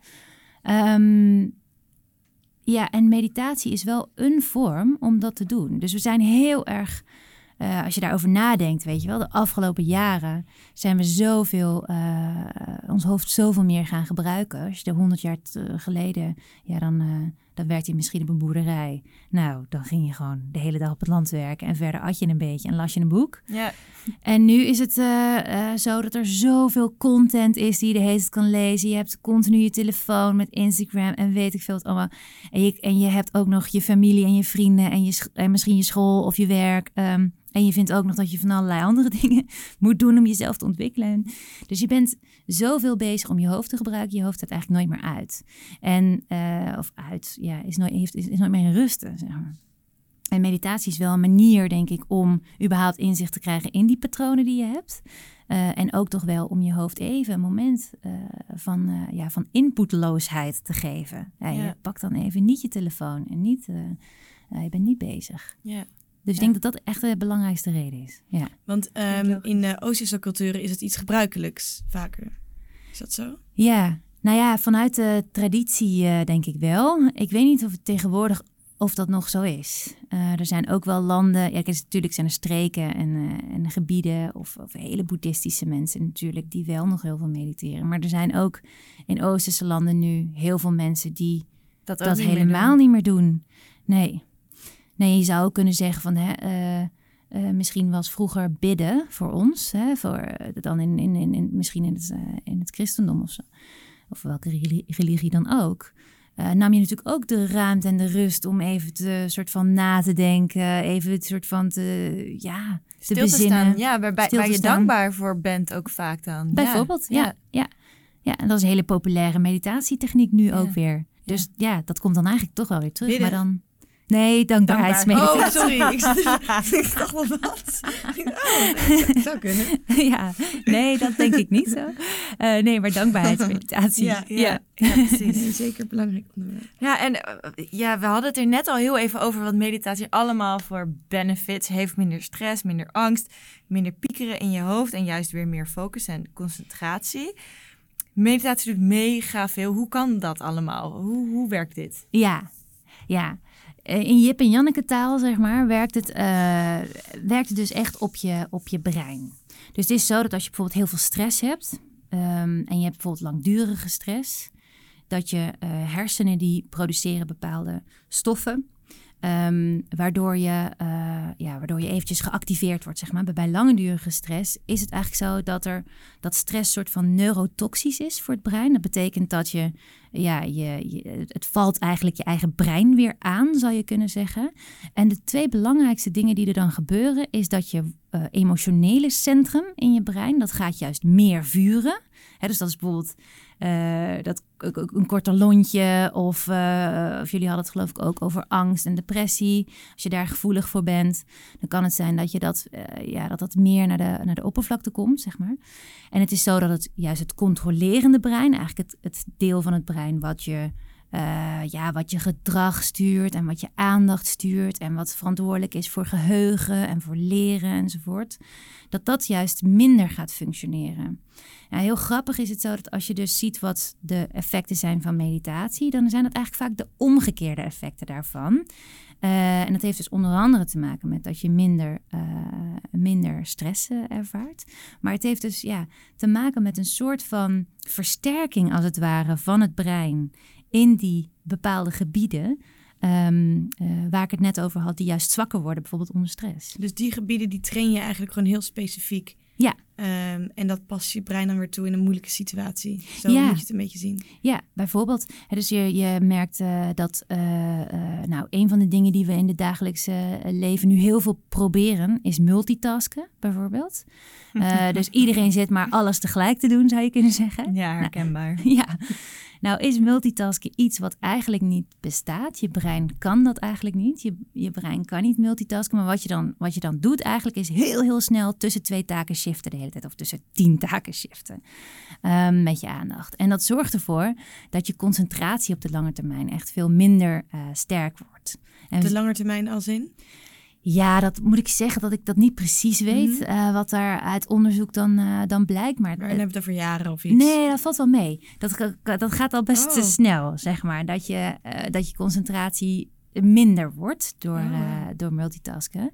En meditatie is wel een vorm om dat te doen. Dus we zijn heel erg... als je daarover nadenkt, weet je wel, de afgelopen jaren zijn we ons hoofd zoveel meer gaan gebruiken. Als je er 100 jaar geleden, Dan werkte je misschien op een boerderij. Nou, dan ging je gewoon de hele dag op het land werken. En verder at je een beetje en las je een boek. Ja. En nu is het zo dat er zoveel content is die je de hele tijd kan lezen. Je hebt continu je telefoon met Instagram en weet ik veel wat allemaal. En je hebt ook nog je familie en je vrienden en misschien je school of je werk. En je vindt ook nog dat je van allerlei andere dingen moet doen om jezelf te ontwikkelen. Dus je bent zoveel bezig om je hoofd te gebruiken. Je hoofd staat eigenlijk nooit meer uit. Is nooit meer in rusten, zeg maar. En meditatie is wel een manier, denk ik, om überhaupt inzicht te krijgen in die patronen die je hebt. En ook toch wel om je hoofd even een moment van inputloosheid te geven. Je pakt dan even niet je telefoon en je bent niet bezig. Ja. Dus ik denk dat dat echt de belangrijkste reden is. Ja. Want in Oosterse culturen is het iets gebruikelijks vaker. Is dat zo? Ja, nou ja, vanuit de traditie denk ik wel. Ik weet niet of het tegenwoordig of dat nog zo is. Er zijn ook wel landen, natuurlijk zijn er streken en gebieden of hele boeddhistische mensen natuurlijk die wel nog heel veel mediteren. Maar er zijn ook in Oosterse landen nu heel veel mensen die dat helemaal niet meer doen. Nee, je zou ook kunnen zeggen van misschien was vroeger bidden voor ons, dan misschien in het christendom of zo, of welke religie dan ook. Nam je natuurlijk ook de ruimte en de rust om even soort van na te denken, even het soort van te bezinnen. Ja, waar je dankbaar voor bent ook vaak dan. Bijvoorbeeld, ja. En dat is een hele populaire meditatietechniek nu ook weer. Dus dat komt dan eigenlijk toch wel weer terug. Bidden? Maar dan... Nee, dankbaarheidsmeditatie. Oh, sorry. Ik dacht wel wat. Dat zou kunnen. Ja, nee, dat denk ik niet zo. Nee, maar dankbaarheidsmeditatie. Ja, precies. Nee, zeker belangrijk onderwerp. Ja, en we hadden het er net al heel even over wat meditatie allemaal voor benefits heeft. Minder stress, minder angst, minder piekeren in je hoofd en juist weer meer focus en concentratie. Meditatie doet mega veel. Hoe kan dat allemaal? Hoe werkt dit? Ja. In Jip en Janneke taal, zeg maar, werkt het dus echt op je brein. Dus het is zo dat als je bijvoorbeeld heel veel stress hebt en je hebt bijvoorbeeld langdurige stress, dat je hersenen die produceren bepaalde stoffen, waardoor je eventjes geactiveerd wordt, zeg maar. Bij langdurige stress is het eigenlijk zo dat stress soort van neurotoxisch is voor het brein. Dat betekent dat het valt eigenlijk je eigen brein weer aan, zou je kunnen zeggen. En de twee belangrijkste dingen die er dan gebeuren, is dat je emotionele centrum in je brein, dat gaat juist meer vuren. Dus dat is bijvoorbeeld een korter lontje of jullie hadden het geloof ik ook over angst en depressie. Als je daar gevoelig voor bent, dan kan het zijn dat je dat meer naar de oppervlakte komt, zeg maar. En het is zo dat het juist het controlerende brein, eigenlijk het deel van het brein wat je gedrag stuurt en wat je aandacht stuurt en wat verantwoordelijk is voor geheugen en voor leren enzovoort, dat juist minder gaat functioneren. Ja, heel grappig is het zo dat als je dus ziet wat de effecten zijn van meditatie, dan zijn dat eigenlijk vaak de omgekeerde effecten daarvan. En dat heeft dus onder andere te maken met dat je minder stress ervaart. Maar het heeft dus te maken met een soort van versterking als het ware van het brein in die bepaalde gebieden waar ik het net over had, die juist zwakker worden, bijvoorbeeld onder stress. Dus die gebieden die train je eigenlijk gewoon heel specifiek. Ja. En dat past je brein dan weer toe in een moeilijke situatie. Zo moet je het een beetje zien. Ja, bijvoorbeeld. Dus je merkt dat een van de dingen die we in het dagelijkse leven nu heel veel proberen, is multitasken, bijvoorbeeld. Dus iedereen zit maar alles tegelijk te doen, zou je kunnen zeggen. Ja, herkenbaar. Nou is multitasken iets wat eigenlijk niet bestaat. Je brein kan dat eigenlijk niet. Je brein kan niet multitasken. Maar wat je dan doet eigenlijk is heel, heel snel tussen 2 taken shiften de hele tijd. Of tussen 10 taken shiften met je aandacht. En dat zorgt ervoor dat je concentratie op de lange termijn echt veel minder sterk wordt. En de lange termijn als in? Ja, dat moet ik zeggen dat ik dat niet precies weet. Wat daar uit onderzoek dan blijkt. Maar dan hebben we het over jaren of iets? Nee, dat valt wel mee. Dat gaat al best te snel, zeg maar. Dat je concentratie minder wordt door multitasken.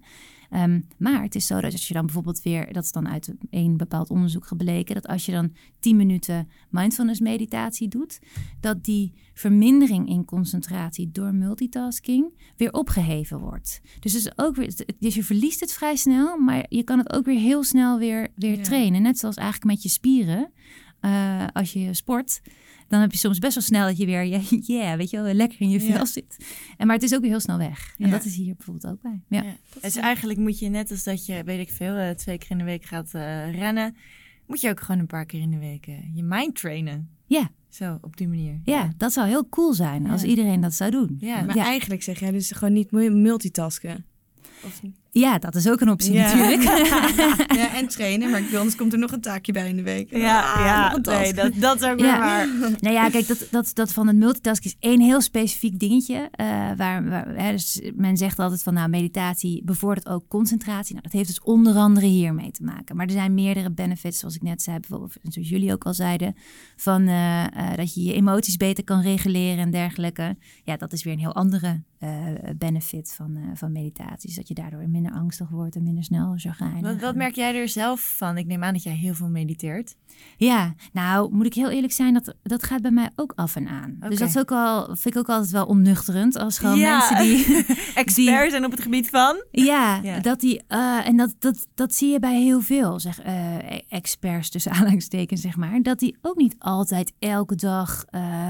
Maar het is zo dat als je dan bijvoorbeeld weer, dat is dan uit een bepaald onderzoek gebleken, dat als je dan 10 minuten mindfulness meditatie doet, dat die vermindering in concentratie door multitasking weer opgeheven wordt. Dus je verliest het vrij snel, maar je kan het ook weer heel snel weer trainen. Net zoals eigenlijk met je spieren. Als je sport, dan heb je soms best wel snel dat je weer, weet je wel, lekker in je vel zit. Maar het is ook weer heel snel weg. En dat is hier bijvoorbeeld ook bij. Ja. Het is eigenlijk moet je net als dat je, weet ik veel, 2 keer in de week gaat rennen, moet je ook gewoon een paar keer in de week je mind trainen. Ja. Zo, op die manier. Ja, dat zou heel cool zijn als iedereen dat zou doen. Ja, maar eigenlijk zeg jij dus gewoon niet multitasken. Of niet? Ja, dat is ook een optie natuurlijk. Ja, en trainen. Maar anders komt er nog een taakje bij in de week. Nee, dat is ook weer waar. Nou ja, kijk, dat van het multitasken is één heel specifiek dingetje. Dus men zegt altijd van, meditatie bevordert ook concentratie. Nou, dat heeft dus onder andere hiermee te maken. Maar er zijn meerdere benefits, zoals ik net zei, bijvoorbeeld, zoals jullie ook al zeiden, van dat je je emoties beter kan reguleren en dergelijke. Ja, dat is weer een heel andere benefit van meditatie. Dus dat je daardoor minder angstig wordt en minder snel chagrijnig. Wat merk jij er zelf van? Ik neem aan dat jij heel veel mediteert. Ja, nou moet ik heel eerlijk zijn, dat gaat bij mij ook af en aan. Okay. Dus dat is vind ik ook altijd wel onnuchterend als gewoon mensen die expert zijn op het gebied van. Ja. Dat die en dat zie je bij heel veel experts tussen aanhalingstekens, zeg maar, dat die ook niet altijd elke dag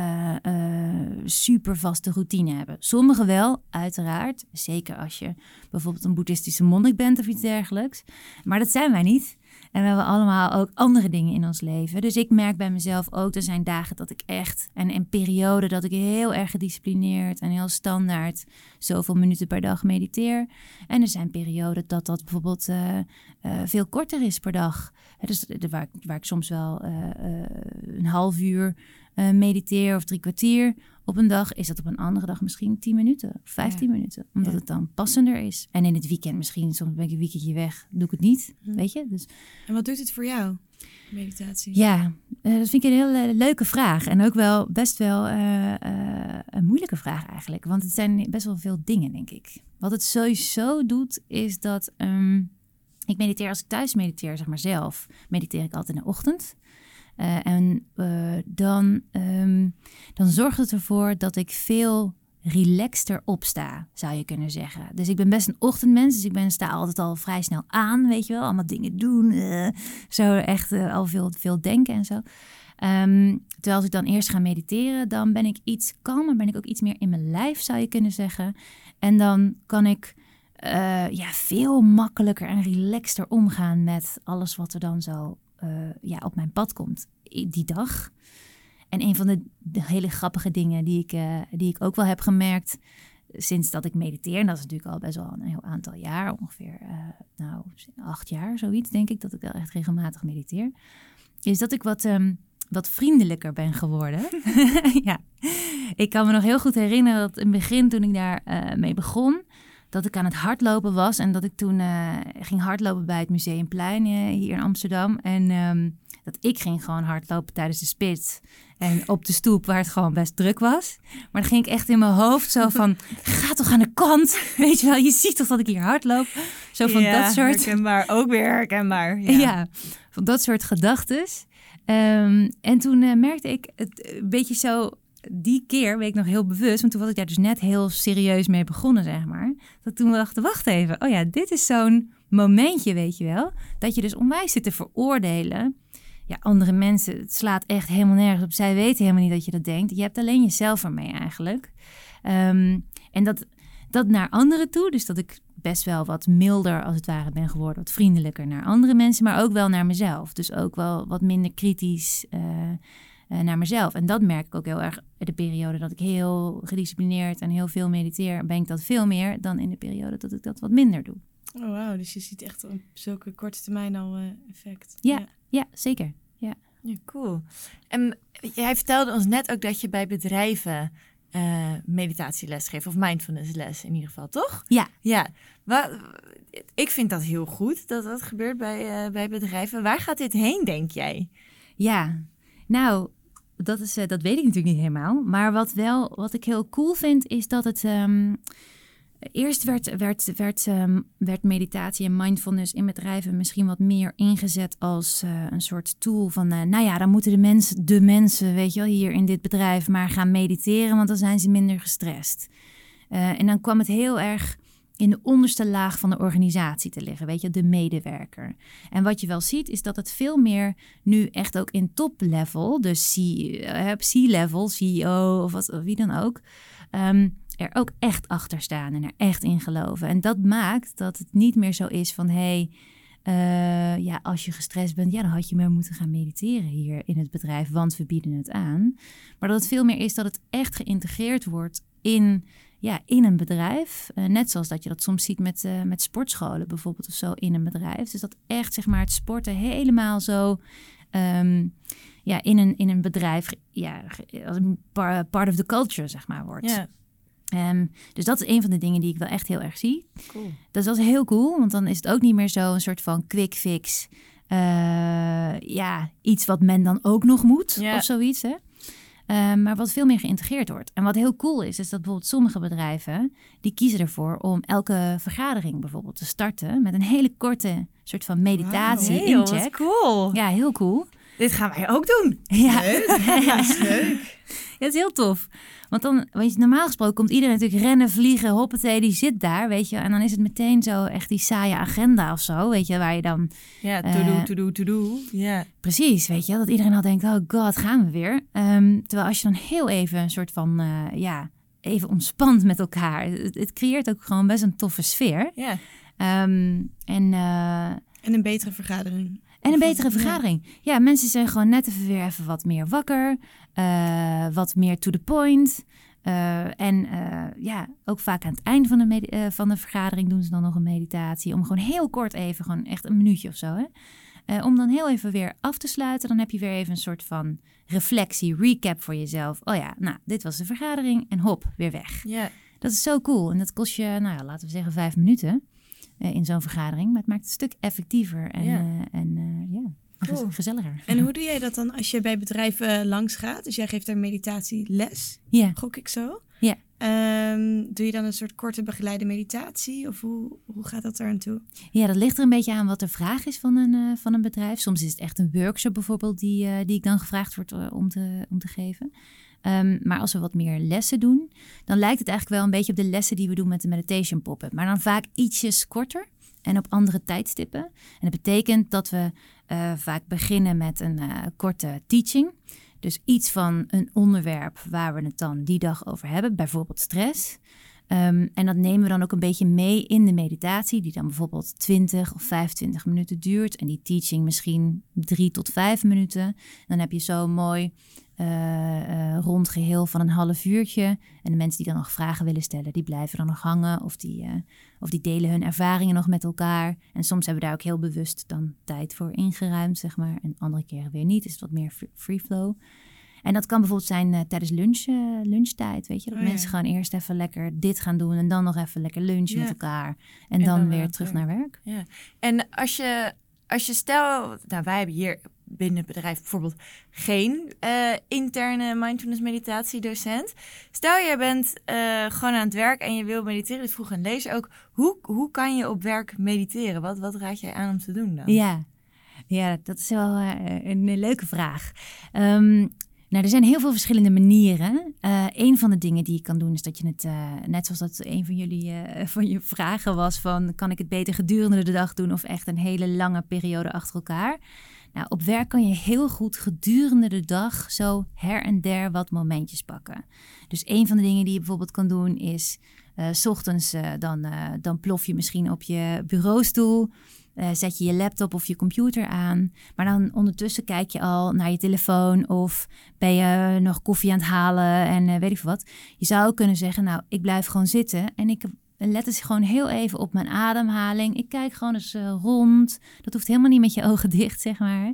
super vaste routine hebben. Sommigen wel, uiteraard. Zeker als je bijvoorbeeld een boeddhistische monnik bent of iets dergelijks. Maar dat zijn wij niet. En we hebben allemaal ook andere dingen in ons leven. Dus ik merk bij mezelf ook, er zijn dagen dat ik echt, en in perioden dat ik heel erg gedisciplineerd en heel standaard zoveel minuten per dag mediteer. En er zijn perioden dat bijvoorbeeld veel korter is per dag. Dus waar ik soms wel een half uur mediteer of 3 kwartier op een dag, is dat op een andere dag misschien 10 minuten of 15 minuten. Omdat het dan passender is. En in het weekend misschien, soms ben ik een weekendje weg, doe ik het niet, weet je. Dus. En wat doet het voor jou, meditatie? Ja, dat vind ik een hele leuke vraag. En ook wel best wel een moeilijke vraag eigenlijk. Want het zijn best wel veel dingen, denk ik. Wat het sowieso doet, is dat ik mediteer als ik thuis mediteer, zeg maar zelf, mediteer ik altijd in de ochtend. Dan zorgt het ervoor dat ik veel relaxter opsta, zou je kunnen zeggen. Dus ik ben best een ochtendmens, dus ik sta altijd al vrij snel aan, weet je wel. Allemaal dingen doen, zo echt al veel denken en zo. Terwijl als ik dan eerst ga mediteren, dan ben ik iets kalmer, ben ik ook iets meer in mijn lijf, zou je kunnen zeggen. En dan kan ik veel makkelijker en relaxter omgaan met alles wat er dan zo op mijn pad komt die dag. En een van de hele grappige dingen die ik ook wel heb gemerkt sinds dat ik mediteer, en dat is natuurlijk al best wel een heel aantal jaar, ongeveer 8 jaar, zoiets denk ik, dat ik wel echt regelmatig mediteer, is dat ik wat vriendelijker ben geworden. Ja. Ik kan me nog heel goed herinneren dat in het begin, toen ik daar mee begon, dat ik aan het hardlopen was en dat ik toen ging hardlopen bij het Museumplein hier in Amsterdam. En dat ik ging gewoon hardlopen tijdens de spits en op de stoep waar het gewoon best druk was. Maar dan ging ik echt in mijn hoofd zo van, ga toch aan de kant, weet je wel, je ziet toch dat ik hier hardloop. Zo van dat soort. Herkenbaar, ook weer herkenbaar. Ja, van dat soort gedachtes. En toen merkte ik het een beetje zo. Die keer weet ik nog heel bewust, want toen was ik daar dus net heel serieus mee begonnen, zeg maar. Dat toen we dachten, wacht even, oh ja, dit is zo'n momentje, weet je wel. Dat je dus onwijs zit te veroordelen. Ja, andere mensen, het slaat echt helemaal nergens op. Zij weten helemaal niet dat je dat denkt. Je hebt alleen jezelf ermee eigenlijk. En dat naar anderen toe, dus dat ik best wel wat milder als het ware ben geworden. Wat vriendelijker naar andere mensen, maar ook wel naar mezelf. Dus ook wel wat minder kritisch naar mezelf. En dat merk ik ook heel erg in de periode dat ik heel gedisciplineerd en heel veel mediteer. Ben ik dat veel meer dan in de periode dat ik dat wat minder doe. Oh wauw, dus je ziet echt op zulke korte termijn al effect. Ja, zeker. Ja, cool. En jij vertelde ons net ook dat je bij bedrijven meditatieles geeft, of mindfulness les in ieder geval, toch? Ja. Ik vind dat heel goed dat dat gebeurt bij bedrijven. Waar gaat dit heen, denk jij? Ja, nou, dat weet ik natuurlijk niet helemaal. Maar wat ik heel cool vind, is dat het Eerst werd meditatie en mindfulness in bedrijven misschien wat meer ingezet als een soort tool van... dan moeten de mensen, weet je wel, hier in dit bedrijf maar gaan mediteren, want dan zijn ze minder gestrest. En dan kwam het heel erg in de onderste laag van de organisatie te liggen, weet je, de medewerker. En wat je wel ziet is dat het veel meer nu echt ook in top-level, dus C-level, CEO of wie dan ook... er ook echt achter staan en er echt in geloven. En dat maakt dat het niet meer zo is van... als je gestrest bent, dan had je meer moeten gaan mediteren hier in het bedrijf, want we bieden het aan. Maar dat het veel meer is dat het echt geïntegreerd wordt in een bedrijf. Net zoals dat je dat soms ziet met sportscholen bijvoorbeeld of zo in een bedrijf. Dus dat echt zeg maar het sporten helemaal zo... in een bedrijf als een part of the culture zeg maar wordt. Ja. Dus dat is een van de dingen die ik wel echt heel erg zie. Cool. Dus dat is heel cool, want dan is het ook niet meer zo een soort van quick fix. Iets wat men dan ook nog moet of zoiets. Hè? Maar wat veel meer geïntegreerd wordt. En wat heel cool is dat bijvoorbeeld sommige bedrijven... die kiezen ervoor om elke vergadering bijvoorbeeld te starten... met een hele korte soort van meditatie, incheck. Cool. Ja, heel cool. Dit gaan wij ook doen. Ja, Leuk. Ja, het is heel tof. Want dan, weet je, normaal gesproken komt iedereen natuurlijk rennen, vliegen, hoppatee, die zit daar, weet je. En dan is het meteen zo echt die saaie agenda of zo, weet je, waar je dan... Ja, to do. Ja. Precies, weet je, dat iedereen al denkt, oh god, gaan we weer. Terwijl als je dan heel even een soort van, even ontspant met elkaar. Het creëert ook gewoon best een toffe sfeer. Ja. En een betere vergadering. En een betere vergadering. Ja, mensen zijn gewoon net even wat meer wakker. Wat meer to the point. Ook vaak aan het eind van de vergadering doen ze dan nog een meditatie. Om gewoon heel kort even, gewoon echt een minuutje of zo. Hè? Om dan heel even weer af te sluiten. Dan heb je weer even een soort van reflectie, recap voor jezelf. Oh ja, nou, dit was de vergadering en hop, weer weg. Ja. Dat is zo cool. En dat kost je, laten we zeggen 5 minuten in zo'n vergadering. Maar het maakt het een stuk effectiever Cool. Gezelliger. En hoe doe jij dat dan als je bij bedrijven langs gaat? Dus jij geeft daar meditatieles, gok ik zo. Ja. Doe je dan een soort korte begeleide meditatie? Of hoe gaat dat daar aan toe? Ja, dat ligt er een beetje aan wat de vraag is van een bedrijf. Soms is het echt een workshop bijvoorbeeld die ik dan gevraagd word om te geven. Maar als we wat meer lessen doen, dan lijkt het eigenlijk wel een beetje op de lessen die we doen met de meditation pop-up. Maar dan vaak ietsjes korter en op andere tijdstippen. En dat betekent dat we vaak beginnen met een korte teaching. Dus iets van een onderwerp waar we het dan die dag over hebben, bijvoorbeeld stress. En dat nemen we dan ook een beetje mee in de meditatie, die dan bijvoorbeeld 20 of 25 minuten duurt. En die teaching misschien 3 tot 5 minuten. Dan heb je zo'n mooi rond geheel van een half uurtje. En de mensen die dan nog vragen willen stellen, die blijven dan nog hangen. Of die delen hun ervaringen nog met elkaar. En soms hebben we daar ook heel bewust dan tijd voor ingeruimd, zeg maar. En andere keren weer niet, is het wat meer free flow. En dat kan bijvoorbeeld zijn tijdens lunchtijd, weet je. Dat mensen gewoon eerst even lekker dit gaan doen en dan nog even lekker lunchen met elkaar. En dan weer terug naar werk. Ja. En als je stel, wij hebben hier binnen het bedrijf bijvoorbeeld geen interne mindfulness meditatiedocent. Stel, jij bent gewoon aan het werk en je wil mediteren. Ik vroeg aan lezen ook, hoe kan je op werk mediteren? Wat raad jij aan om te doen dan? Ja, dat is wel een leuke vraag. Er zijn heel veel verschillende manieren. Een van de dingen die je kan doen is dat je het, net zoals dat een van jullie van je vragen was van, kan ik het beter gedurende de dag doen of echt een hele lange periode achter elkaar? Nou, op werk kan je heel goed gedurende de dag zo her en der wat momentjes pakken. Dus een van de dingen die je bijvoorbeeld kan doen is, 's ochtends dan plof je misschien op je bureaustoel. Zet je je laptop of je computer aan. Maar dan ondertussen kijk je al naar je telefoon of ben je nog koffie aan het halen en weet ik veel wat. Je zou ook kunnen zeggen, nou, ik blijf gewoon zitten en ik let eens gewoon heel even op mijn ademhaling. Ik kijk gewoon eens rond. Dat hoeft helemaal niet met je ogen dicht, zeg maar.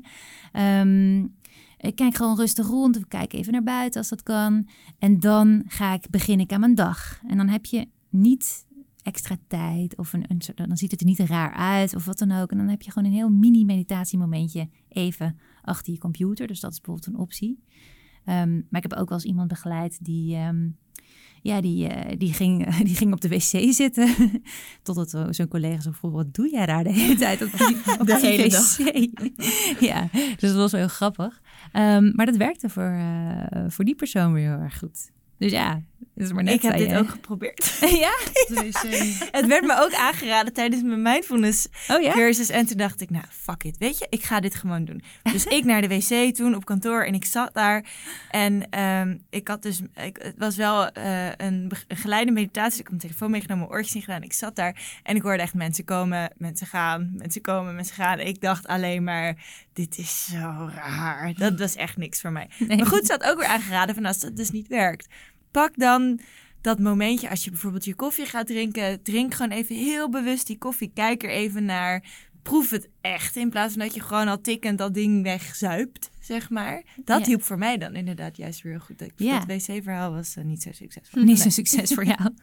Ik kijk gewoon rustig rond. Ik kijk even naar buiten als dat kan. En dan begin ik aan mijn dag. En dan heb je niet extra tijd of dan ziet het er niet raar uit of wat dan ook. En dan heb je gewoon een heel mini meditatiemomentje even achter je computer. Dus dat is bijvoorbeeld een optie. Maar ik heb ook wel eens iemand begeleid die die ging op de wc zitten. Totdat zo'n collega zo vroeg, wat doe jij daar de hele tijd op de hele wc? Ja, dus dat was wel heel grappig. Maar dat werkte voor die persoon weer heel erg goed. Dus ja, is maar net. Ik heb dit ook geprobeerd. Ja? Het werd me ook aangeraden tijdens mijn mindfulness cursus. En toen dacht ik, nou, fuck it. Weet je, ik ga dit gewoon doen. Dus ik naar de wc toen op kantoor en ik zat daar. En ik had dus, het was wel een geleide meditatie. Ik had mijn telefoon meegenomen, mijn oortjes niet gedaan. Ik zat daar en ik hoorde echt mensen komen, mensen gaan, mensen komen, mensen gaan. Ik dacht alleen maar, dit is zo raar. Dat was echt niks voor mij. Nee. Maar goed, ze had ook weer aangeraden van als dat dus niet werkt. Pak dan dat momentje als je bijvoorbeeld je koffie gaat drinken. Drink gewoon even heel bewust die koffie. Kijk er even naar. Proef het echt. In plaats van dat je gewoon al tikkend dat ding wegzuipt, zeg maar. Dat hielp voor mij dan inderdaad juist weer heel goed. Dat wc-verhaal was niet zo succesvol. Niet zo succes voor jou.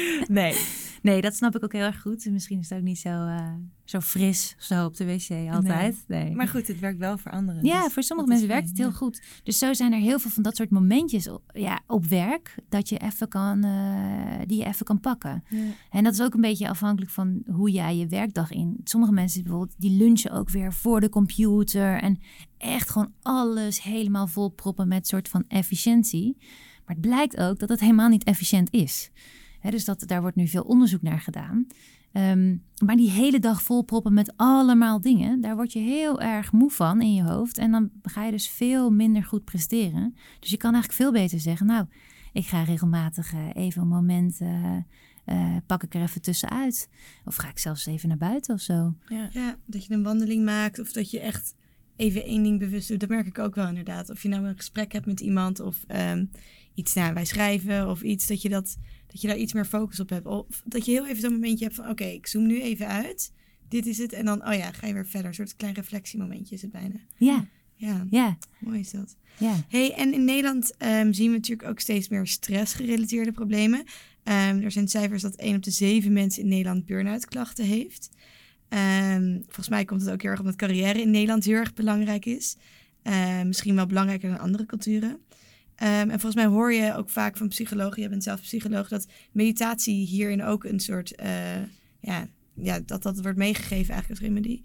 Nee, dat snap ik ook heel erg goed. Misschien is het ook niet zo fris zo op de wc altijd. Nee. Maar goed, het werkt wel voor anderen. Ja, dus voor sommige mensen werkt het heel goed. Dus zo zijn er heel veel van dat soort momentjes op werk dat je die je even kan pakken. Ja. En dat is ook een beetje afhankelijk van hoe jij je werkdag in. Sommige mensen bijvoorbeeld, die lunchen ook weer voor de computer en echt gewoon alles helemaal volproppen met soort van efficiëntie. Maar het blijkt ook dat het helemaal niet efficiënt is. Dus daar wordt nu veel onderzoek naar gedaan. Maar die hele dag volproppen met allemaal dingen, daar word je heel erg moe van in je hoofd. En dan ga je dus veel minder goed presteren. Dus je kan eigenlijk veel beter zeggen, nou, ik ga regelmatig even een moment, pak ik er even tussenuit. Of ga ik zelfs even naar buiten of zo. Ja, dat je een wandeling maakt of dat je echt even één ding bewust doet. Dat merk ik ook wel inderdaad. Of je nou een gesprek hebt met iemand of iets, wij schrijven of iets, dat je daar iets meer focus op hebt. Of dat je heel even zo'n momentje hebt van oké, ik zoom nu even uit. Dit is het. En dan, ga je weer verder. Een soort klein reflectiemomentje is het bijna. Ja. Mooi is dat. Ja. Hey, en in Nederland zien we natuurlijk ook steeds meer stressgerelateerde problemen. Er zijn cijfers dat 1 op de 7 mensen in Nederland burn-out klachten heeft. Volgens mij komt het ook heel erg omdat carrière in Nederland heel erg belangrijk is. Misschien wel belangrijker dan andere culturen. En volgens mij hoor je ook vaak van psychologen, je bent zelf psycholoog, dat meditatie hierin ook een soort, dat wordt meegegeven eigenlijk als remedie.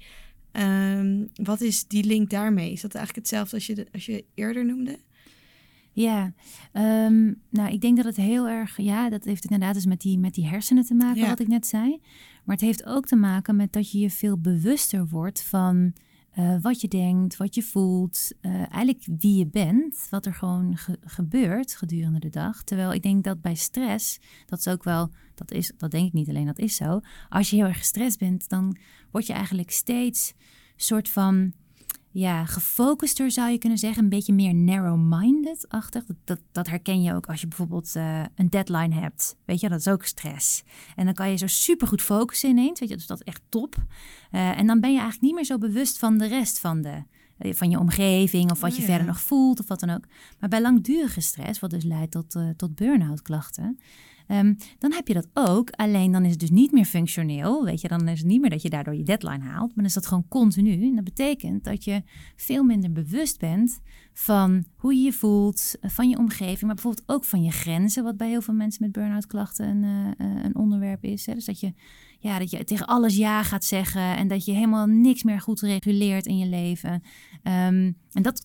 Wat is die link daarmee? Is dat eigenlijk hetzelfde als je eerder noemde? Ja, nou ik denk dat het heel erg, dat heeft inderdaad dus met die hersenen te maken, wat ik net zei. Maar het heeft ook te maken met dat je je veel bewuster wordt van wat je denkt, wat je voelt, eigenlijk wie je bent, wat er gewoon gebeurt gedurende de dag. Terwijl ik denk dat bij stress, dat is ook wel, dat denk ik niet alleen, dat is zo. Als je heel erg gestrest bent, dan word je eigenlijk steeds soort van gefocuster zou je kunnen zeggen. Een beetje meer narrow-minded-achtig. Dat herken je ook als je bijvoorbeeld een deadline hebt. Weet je, dat is ook stress. En dan kan je zo supergoed focussen ineens. Weet je, dus dat is echt top. En dan ben je eigenlijk niet meer zo bewust van de rest van je omgeving of wat je verder nog voelt of wat dan ook. Maar bij langdurige stress, wat dus leidt tot burn-out klachten, dan heb je dat ook. Alleen dan is het dus niet meer functioneel. Weet je, dan is het niet meer dat je daardoor je deadline haalt. Maar dan is dat gewoon continu. En dat betekent dat je veel minder bewust bent van hoe je je voelt, van je omgeving, maar bijvoorbeeld ook van je grenzen, wat bij heel veel mensen met burn-out klachten een onderwerp is. Hè? Dus dat je tegen alles ja gaat zeggen en dat je helemaal niks meer goed reguleert in je leven. En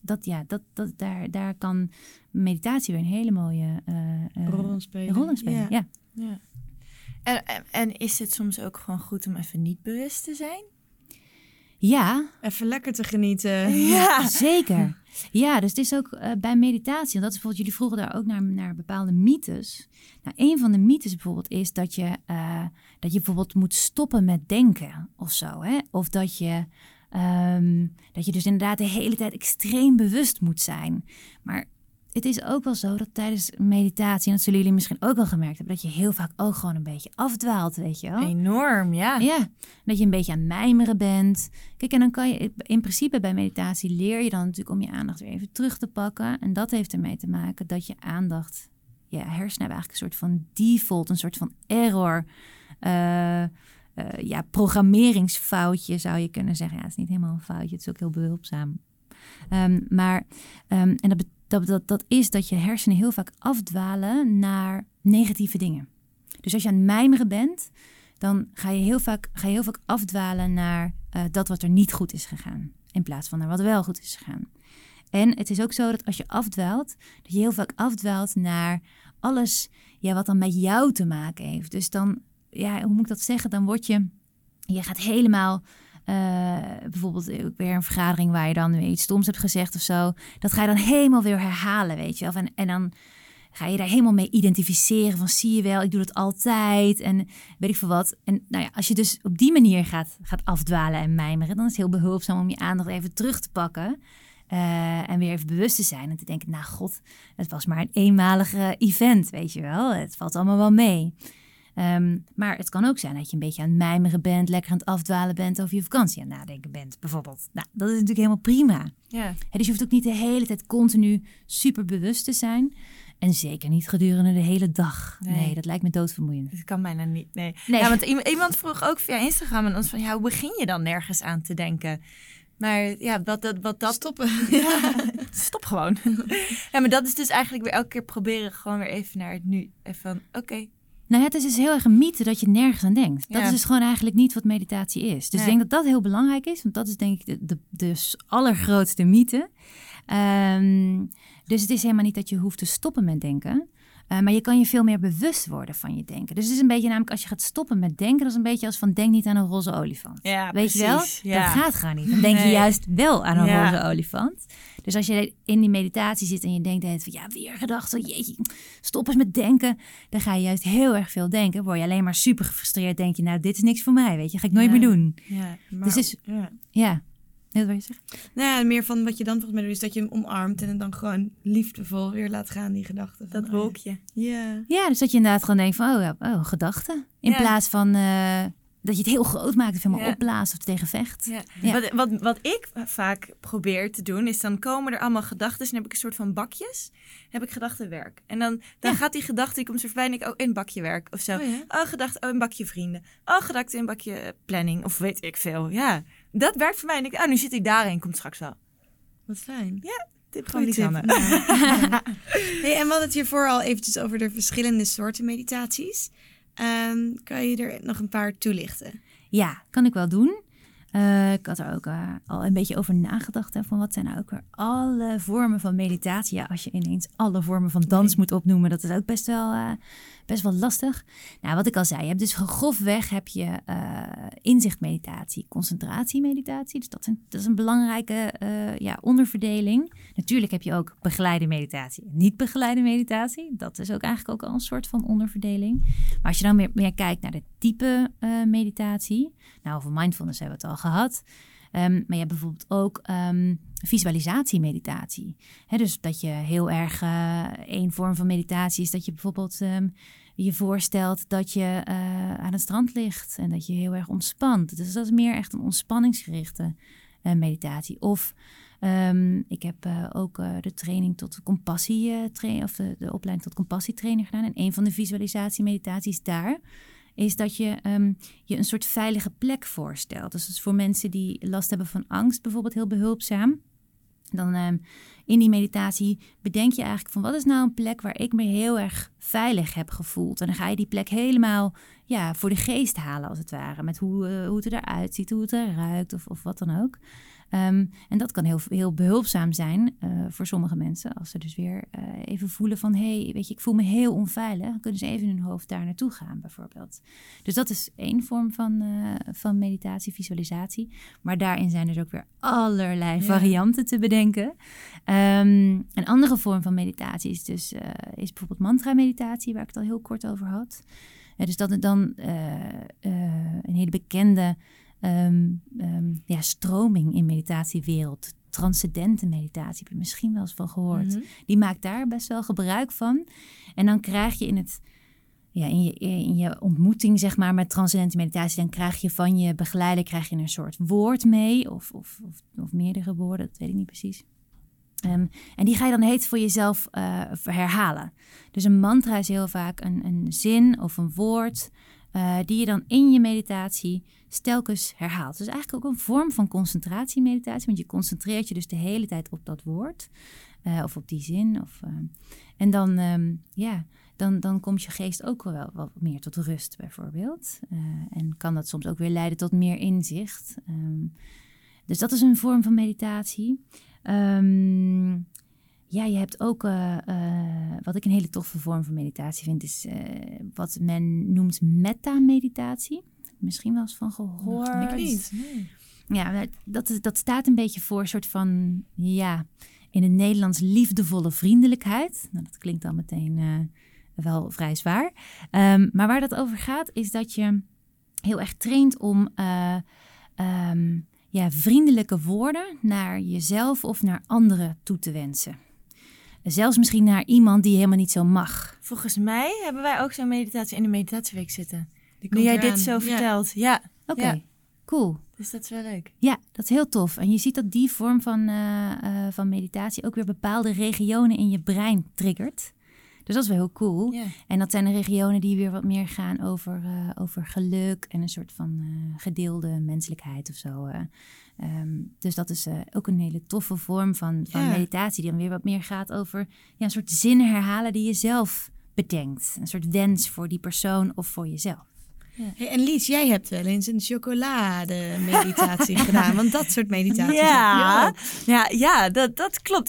daar kan meditatie weer een hele mooie rol in spelen. Ja. En is het soms ook gewoon goed om even niet bewust te zijn? Ja. Even lekker te genieten. Ja, zeker. Ja, dus het is ook bij meditatie. En dat is bijvoorbeeld, jullie vroegen daar ook naar bepaalde mythes. Nou, een van de mythes bijvoorbeeld is dat je bijvoorbeeld moet stoppen met denken of zo. Hè? Of dat je dus inderdaad de hele tijd extreem bewust moet zijn. Maar het is ook wel zo dat tijdens meditatie, en dat zullen jullie misschien ook wel gemerkt hebben, dat je heel vaak ook gewoon een beetje afdwaalt, weet je wel. Enorm, ja. Ja, dat je een beetje aan het mijmeren bent. Kijk, en dan kan je in principe bij meditatie leer je dan natuurlijk om je aandacht weer even terug te pakken. En dat heeft ermee te maken dat je aandacht, hersenen hebben eigenlijk een soort van default, een soort van error, programmeringsfoutje zou je kunnen zeggen. Ja, het is niet helemaal een foutje, het is ook heel behulpzaam. En dat is dat je hersenen heel vaak afdwalen naar negatieve dingen. Dus als je aan het mijmeren bent, dan ga je heel vaak afdwalen naar dat wat er niet goed is gegaan. In plaats van naar wat wel goed is gegaan. En het is ook zo dat als je afdwaalt, dat je heel vaak afdwaalt naar alles wat dan met jou te maken heeft. Dus dan, hoe moet ik dat zeggen? Dan word je gaat helemaal, bijvoorbeeld weer een vergadering waar je dan weer iets stoms hebt gezegd of zo. Dat ga je dan helemaal weer herhalen, weet je wel. En dan ga je daar helemaal mee identificeren van zie je wel, ik doe dat altijd en weet ik veel wat. En als je dus op die manier gaat afdwalen en mijmeren, dan is het heel behulpzaam om je aandacht even terug te pakken. En weer even bewust te zijn en te denken, nou god, het was maar een eenmalige event, weet je wel. Het valt allemaal wel mee. Maar het kan ook zijn dat je een beetje aan het mijmeren bent, lekker aan het afdwalen bent over je vakantie aan het nadenken bent, bijvoorbeeld. Nou, dat is natuurlijk helemaal prima. Ja. Dus je hoeft ook niet de hele tijd continu super bewust te zijn. En zeker niet gedurende de hele dag. Nee, dat lijkt me doodvermoeiend. Dat kan bijna niet, nee. Ja, want iemand vroeg ook via Instagram aan ons van, hoe begin je dan nergens aan te denken? Maar wat dat... Stoppen. Ja, stop gewoon. Ja, maar dat is dus eigenlijk weer elke keer proberen gewoon weer even naar het nu. Even van, oké. Nou, het is dus heel erg een mythe dat je nergens aan denkt. Dat Ja. is dus gewoon eigenlijk niet wat meditatie is. Dus ik denk dat dat heel belangrijk is. Want dat is denk ik de allergrootste mythe. Dus het is helemaal niet dat je hoeft te stoppen met denken. Maar je kan je veel meer bewust worden van je denken. Dus het is een beetje namelijk als je gaat stoppen met denken, dat is een beetje als van denk niet aan een roze olifant. Ja, weet precies. je wel? Ja. Dat gaat gewoon niet. Dan denk je juist wel aan een Ja. roze olifant. Dus als je in die meditatie zit en je denkt van weer gedachten, jeetje, stop eens met denken. Dan ga je juist heel erg veel denken. Word je alleen maar super gefrustreerd, denk je dit is niks voor mij, weet je. Ga ik nooit meer doen. Ja, maar, Dus is, ja. Wat wil je zeggen? Nou ja, meer van wat je dan volgens mij doet, is dat je hem omarmt en het dan gewoon liefdevol weer laat gaan, die gedachten. dat wolkje. Ja. Ja, dus dat je inderdaad gewoon denkt van, gedachten. In plaats van dat je het heel groot maakt of helemaal opblaast of tegen vecht. Ja. Ja. Wat ik vaak probeer te doen, is dan komen er allemaal gedachten. En dan heb ik een soort van bakjes. Heb ik gedachtenwerk. En dan gaat die gedachte, die komt zo voorbij en ik, in een bakje werk of zo. Oh ja? Gedachte, een bakje vrienden. Gedachte, een bakje planning of weet ik veel. Ja, dat werkt voor mij. En ik, nu zit ik daarin, komt straks wel. Wat fijn. Ja, tip van Goeie Lisanne. tip. Ja. Hey, en we hadden het hiervoor al eventjes over de verschillende soorten meditaties. Kan je er nog een paar toelichten? Ja, kan ik wel doen. Ik had er ook al een beetje over nagedacht. Van wat zijn nou ook weer alle vormen van meditatie? Ja, als je ineens alle vormen van dans moet opnoemen, dat is ook best wel lastig. Nou, wat ik al zei, je hebt dus grofweg heb je inzichtmeditatie, concentratiemeditatie. Dus dat is een belangrijke onderverdeling. Natuurlijk heb je ook begeleide meditatie en niet begeleide meditatie. Dat is ook eigenlijk ook al een soort van onderverdeling. Maar als je dan meer kijkt naar de type meditatie. Nou, over mindfulness hebben we het al gehad. Maar je hebt bijvoorbeeld ook visualisatiemeditatie. Dus dat je heel erg één vorm van meditatie is dat je bijvoorbeeld je voorstelt dat je aan het strand ligt en dat je heel erg ontspant. Dus dat is meer echt een ontspanningsgerichte meditatie. Of ik heb ook de training tot compassie de opleiding tot compassietrainer gedaan. En een van de visualisatiemeditaties daar is dat je je een soort veilige plek voorstelt. Dus dat is voor mensen die last hebben van angst bijvoorbeeld heel behulpzaam. Dan in die meditatie bedenk je eigenlijk van wat is nou een plek waar ik me heel erg veilig heb gevoeld. En dan ga je die plek helemaal voor de geest halen als het ware. Met hoe het eruit ziet, hoe het er ruikt of wat dan ook. En dat kan heel behulpzaam zijn voor sommige mensen. Als ze dus weer even voelen van weet je, ik voel me heel onveilig. Dan kunnen ze even in hun hoofd daar naartoe gaan bijvoorbeeld. Dus dat is één vorm van meditatie, visualisatie. Maar daarin zijn dus ook weer allerlei varianten te bedenken. Een andere vorm van meditatie is dus is bijvoorbeeld mantra-meditatie, waar ik het al heel kort over had. Dus dat is dan een hele bekende stroming in meditatiewereld. Transcendente meditatie, heb je misschien wel eens van gehoord. Mm-hmm. Die maakt daar best wel gebruik van. En dan krijg je in je ontmoeting, zeg maar, met transcendente meditatie, dan krijg je van je begeleider een soort woord mee. Of meerdere woorden, dat weet ik niet precies. En die ga je dan voor jezelf herhalen. Dus een mantra is heel vaak een zin of een woord die je dan in je meditatie telkens herhaalt. Dus eigenlijk ook een vorm van concentratiemeditatie, want je concentreert je dus de hele tijd op dat woord. Of op die zin. En dan komt je geest ook wel wat meer tot rust bijvoorbeeld. En kan dat soms ook weer leiden tot meer inzicht. Dus dat is een vorm van meditatie. Je hebt ook, wat ik een hele toffe vorm van meditatie vind, is wat men noemt metta-meditatie. Misschien wel eens van gehoord. Ik niet. Nee. Ja, dat staat een beetje voor een soort van, in het Nederlands liefdevolle vriendelijkheid. Nou, dat klinkt dan meteen wel vrij zwaar. Maar waar dat over gaat, is dat je heel erg traint om vriendelijke woorden naar jezelf of naar anderen toe te wensen. Zelfs misschien naar iemand die helemaal niet zo mag. Volgens mij hebben wij ook zo'n meditatie in de meditatieweek zitten. Die Nu komt jij eraan. dit zo vertelt. Ja. Oké, Ja. cool. Dus dat is wel leuk. Ja, dat is heel tof. En je ziet dat die vorm van meditatie ook weer bepaalde regionen in je brein triggert. Dus dat is wel heel cool. Ja. En dat zijn de regionen die weer wat meer gaan over geluk en een soort van gedeelde menselijkheid of zo. Dus dat is ook een hele toffe vorm van meditatie die dan weer wat meer gaat over een soort zinnen herhalen die je zelf bedenkt. Een soort wens voor die persoon of voor jezelf. Hey, en Lies, jij hebt wel eens een chocolade-meditatie gedaan. Want dat soort meditaties Ja, heb je ook. dat klopt.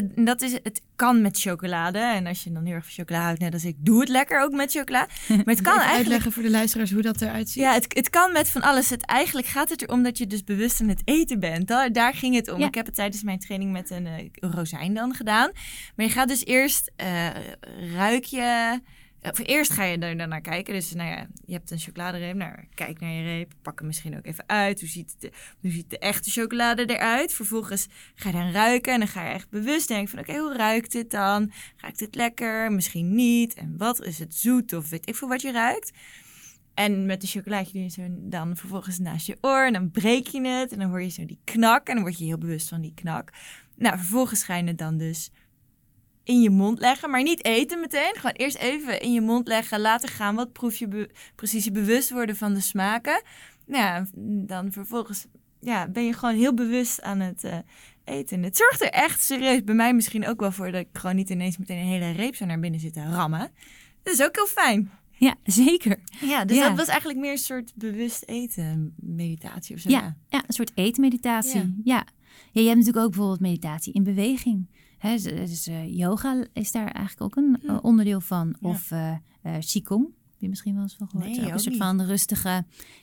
Het kan met chocolade. En als je dan heel erg van chocola houdt, net als ik, doe het lekker ook met chocola. Maar het kan Even eigenlijk uitleggen voor de luisteraars hoe dat eruit ziet. Ja, het kan met van alles. Eigenlijk gaat het erom dat je dus bewust aan het eten bent. Daar ging het om. Ja. Ik heb het tijdens mijn training met een rozijn dan gedaan. Maar je gaat dus eerst ruik je... Of eerst ga je er dan naar kijken. Dus je hebt een chocoladereep. Kijk naar je reep. Pak hem misschien ook even uit. Hoe ziet de echte chocolade eruit? Vervolgens ga je dan ruiken. En dan ga je echt bewust denken van... Oké, hoe ruikt dit dan? Ruikt het lekker? Misschien niet. En wat is het zoet? Of weet ik veel wat je ruikt? En met de chocolaatje doe je zo dan vervolgens naast je oor. En dan breek je het. En dan hoor je zo die knak. En dan word je heel bewust van die knak. Nou, vervolgens ga je het dan dus... in je mond leggen, maar niet eten meteen. Gewoon eerst even in je mond leggen, laten gaan. Wat proef je precies je bewust worden van de smaken. Nou ja, dan vervolgens ben je gewoon heel bewust aan het eten. Het zorgt er echt serieus bij mij misschien ook wel voor... dat ik gewoon niet ineens meteen een hele reep zo naar binnen zit te rammen. Dat is ook heel fijn. Ja, zeker. Ja, dus dat was eigenlijk meer een soort bewust eten meditatie of zo. Ja, een soort eetmeditatie. Ja, je hebt natuurlijk ook bijvoorbeeld meditatie in beweging. Dus yoga is daar eigenlijk ook een onderdeel van. Ja. Of qigong, heb je misschien wel eens van gehoord. Nee, ook ook een soort niet. van rustige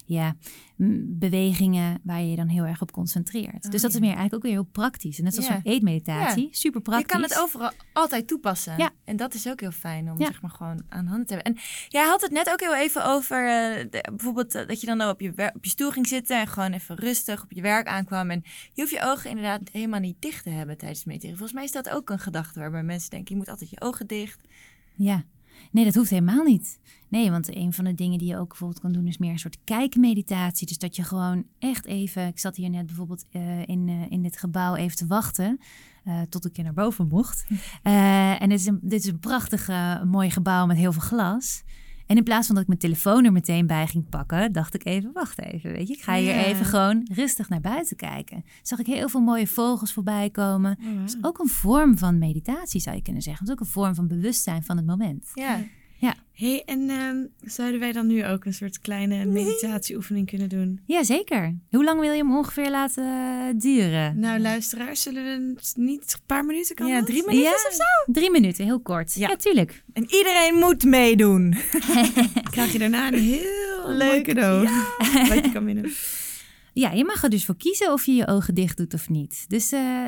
bewegingen waar je je dan heel erg op concentreert. Dus dat is meer eigenlijk ook weer heel praktisch. En net zoals Ja. een eetmeditatie, super praktisch. Je kan het overal altijd toepassen. Ja. En dat is ook heel fijn om Ja. zeg maar gewoon aan de hand te hebben. En jij had het net ook heel even over bijvoorbeeld dat je dan op je stoel ging zitten en gewoon even rustig op je werk aankwam. En je hoeft je ogen inderdaad helemaal niet dicht te hebben tijdens het mediteren. Volgens mij is dat ook een gedachte waarbij mensen denken, je moet altijd je ogen dicht. Ja, nee, dat hoeft helemaal niet. Nee, want een van de dingen die je ook bijvoorbeeld kan doen is meer een soort kijkmeditatie. Dus dat je gewoon echt even... Ik zat hier net bijvoorbeeld in dit gebouw even te wachten tot ik er naar boven mocht. En dit is een prachtig mooi gebouw met heel veel glas. En in plaats van dat ik mijn telefoon er meteen bij ging pakken, dacht ik even, wacht even, weet je. Ik ga hier even gewoon rustig naar buiten kijken. Zag ik heel veel mooie vogels voorbij komen. Oh, wow. Dat is ook een vorm van meditatie, zou je kunnen zeggen. Het is ook een vorm van bewustzijn van het moment. Ja. Hey, en zouden wij dan nu ook een soort kleine meditatieoefening kunnen doen? Jazeker. Hoe lang wil je hem ongeveer laten duren? Nou, luisteraars, zullen we niet een paar minuten kan Ja, dat? 3 minuutjes Ja. of zo. 3 minuten, heel kort. Ja. Ja, tuurlijk. En iedereen moet meedoen. Krijg je daarna een heel Leuk. leuk cadeau. Wat je kan winnen. Ja, je mag er dus voor kiezen of je je ogen dicht doet of niet. Dus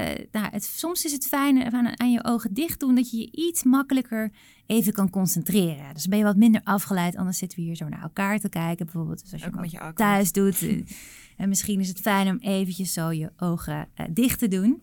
soms is het fijn aan je ogen dicht doen dat je je iets makkelijker even kan concentreren. Dus ben je wat minder afgeleid, anders zitten we hier zo naar elkaar te kijken. Bijvoorbeeld dus als je Ook hem met je ogen. thuis doet. En misschien is het fijn om eventjes zo je ogen dicht te doen.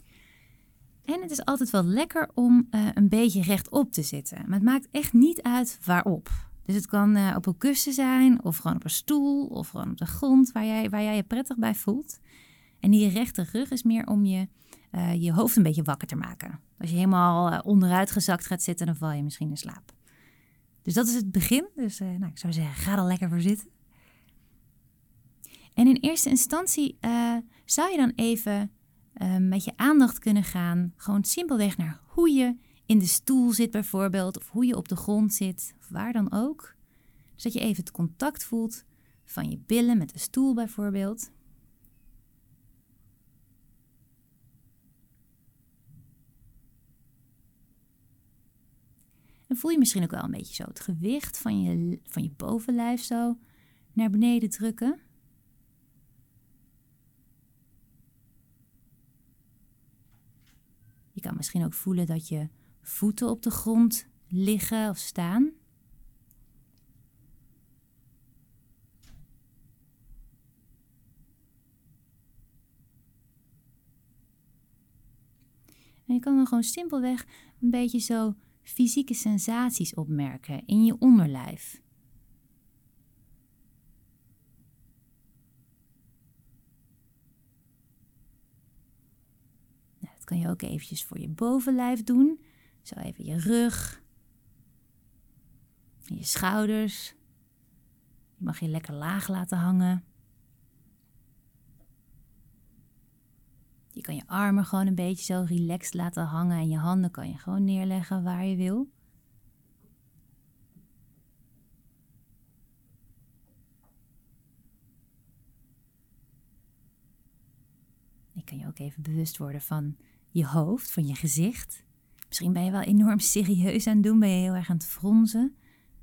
En het is altijd wel lekker om een beetje rechtop te zitten. Maar het maakt echt niet uit waarop. Dus het kan op een kussen zijn, of gewoon op een stoel, of gewoon op de grond waar jij je prettig bij voelt. En die rechte rug is meer om je hoofd een beetje wakker te maken. Als je helemaal onderuit gezakt gaat zitten, dan val je misschien in slaap. Dus dat is het begin. Dus ik zou zeggen, ga er lekker voor zitten. En in eerste instantie zou je dan even met je aandacht kunnen gaan. Gewoon simpelweg naar hoe je in de stoel zit bijvoorbeeld. Of hoe je op de grond zit. Of waar dan ook. Dus dat je even het contact voelt van je billen met de stoel bijvoorbeeld. En voel je misschien ook wel een beetje zo het gewicht van je bovenlijf zo naar beneden drukken. Je kan misschien ook voelen dat je voeten op de grond liggen of staan. En je kan dan gewoon simpelweg een beetje zo fysieke sensaties opmerken in je onderlijf. Nou, dat kan je ook eventjes voor je bovenlijf doen. Zo even je rug, je schouders. Die mag je lekker laag laten hangen. Je kan je armen gewoon een beetje zo relaxed laten hangen en je handen kan je gewoon neerleggen waar je wil. Je kan je ook even bewust worden van je hoofd, van je gezicht. Misschien ben je wel enorm serieus aan het doen, ben je heel erg aan het fronsen.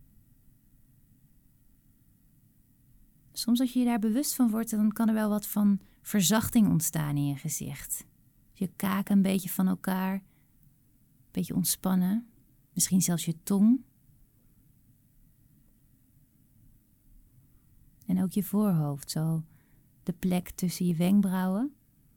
Soms als je je daar bewust van wordt, dan kan er wel wat van verzachting ontstaan in je gezicht. Je kaken een beetje van elkaar, een beetje ontspannen. Misschien zelfs je tong. En ook je voorhoofd, zo de plek tussen je wenkbrauwen.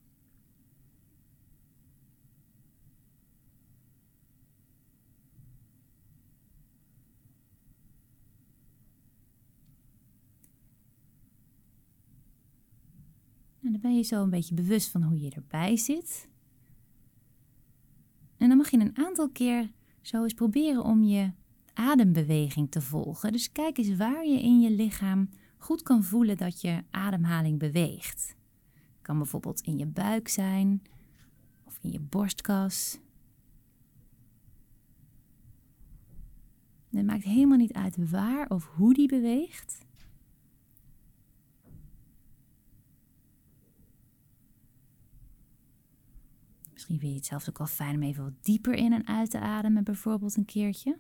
En dan ben je zo een beetje bewust van hoe je erbij zit. En dan mag je een aantal keer zo eens proberen om je adembeweging te volgen. Dus kijk eens waar je in je lichaam goed kan voelen dat je ademhaling beweegt. Het kan bijvoorbeeld in je buik zijn of in je borstkas. Het maakt helemaal niet uit waar of hoe die beweegt. Misschien vind je het zelfs ook wel fijn om even wat dieper in en uit te ademen, bijvoorbeeld een keertje.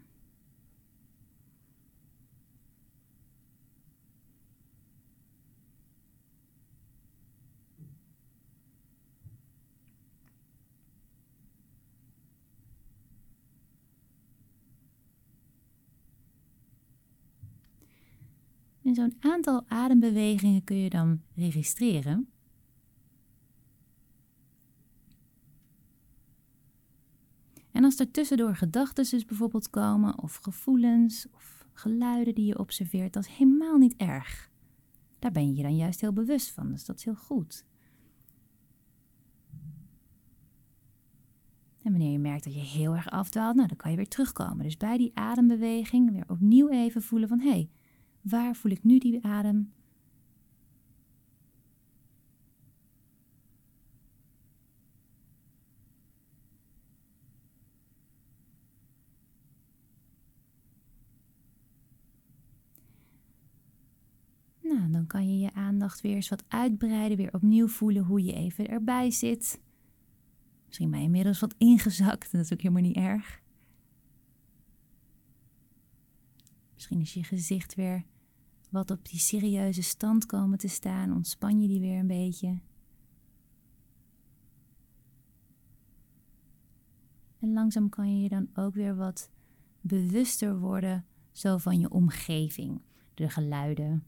En zo'n aantal adembewegingen kun je dan registreren. En als er tussendoor gedachten dus bijvoorbeeld komen, of gevoelens, of geluiden die je observeert, dat is helemaal niet erg. Daar ben je je dan juist heel bewust van, dus dat is heel goed. En wanneer je merkt dat je heel erg afdwaalt, nou, dan kan je weer terugkomen. Dus bij die adembeweging weer opnieuw even voelen van, hé, waar voel ik nu die adem? Nou, dan kan je je aandacht weer eens wat uitbreiden, weer opnieuw voelen hoe je even erbij zit. Misschien ben je inmiddels wat ingezakt, dat is ook helemaal niet erg. Misschien is je gezicht weer wat op die serieuze stand komen te staan, ontspan je die weer een beetje. En langzaam kan je je dan ook weer wat bewuster worden, zo van je omgeving, de geluiden.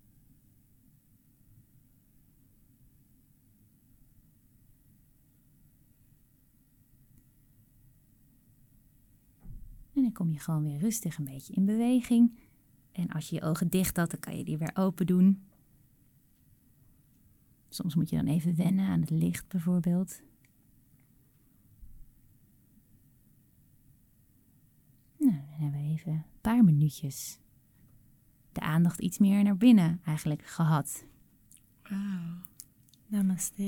En dan kom je gewoon weer rustig een beetje in beweging. En als je je ogen dicht had, dan kan je die weer open doen. Soms moet je dan even wennen aan het licht bijvoorbeeld. Nou, dan hebben we even een paar minuutjes de aandacht iets meer naar binnen eigenlijk gehad. Wauw. Namaste.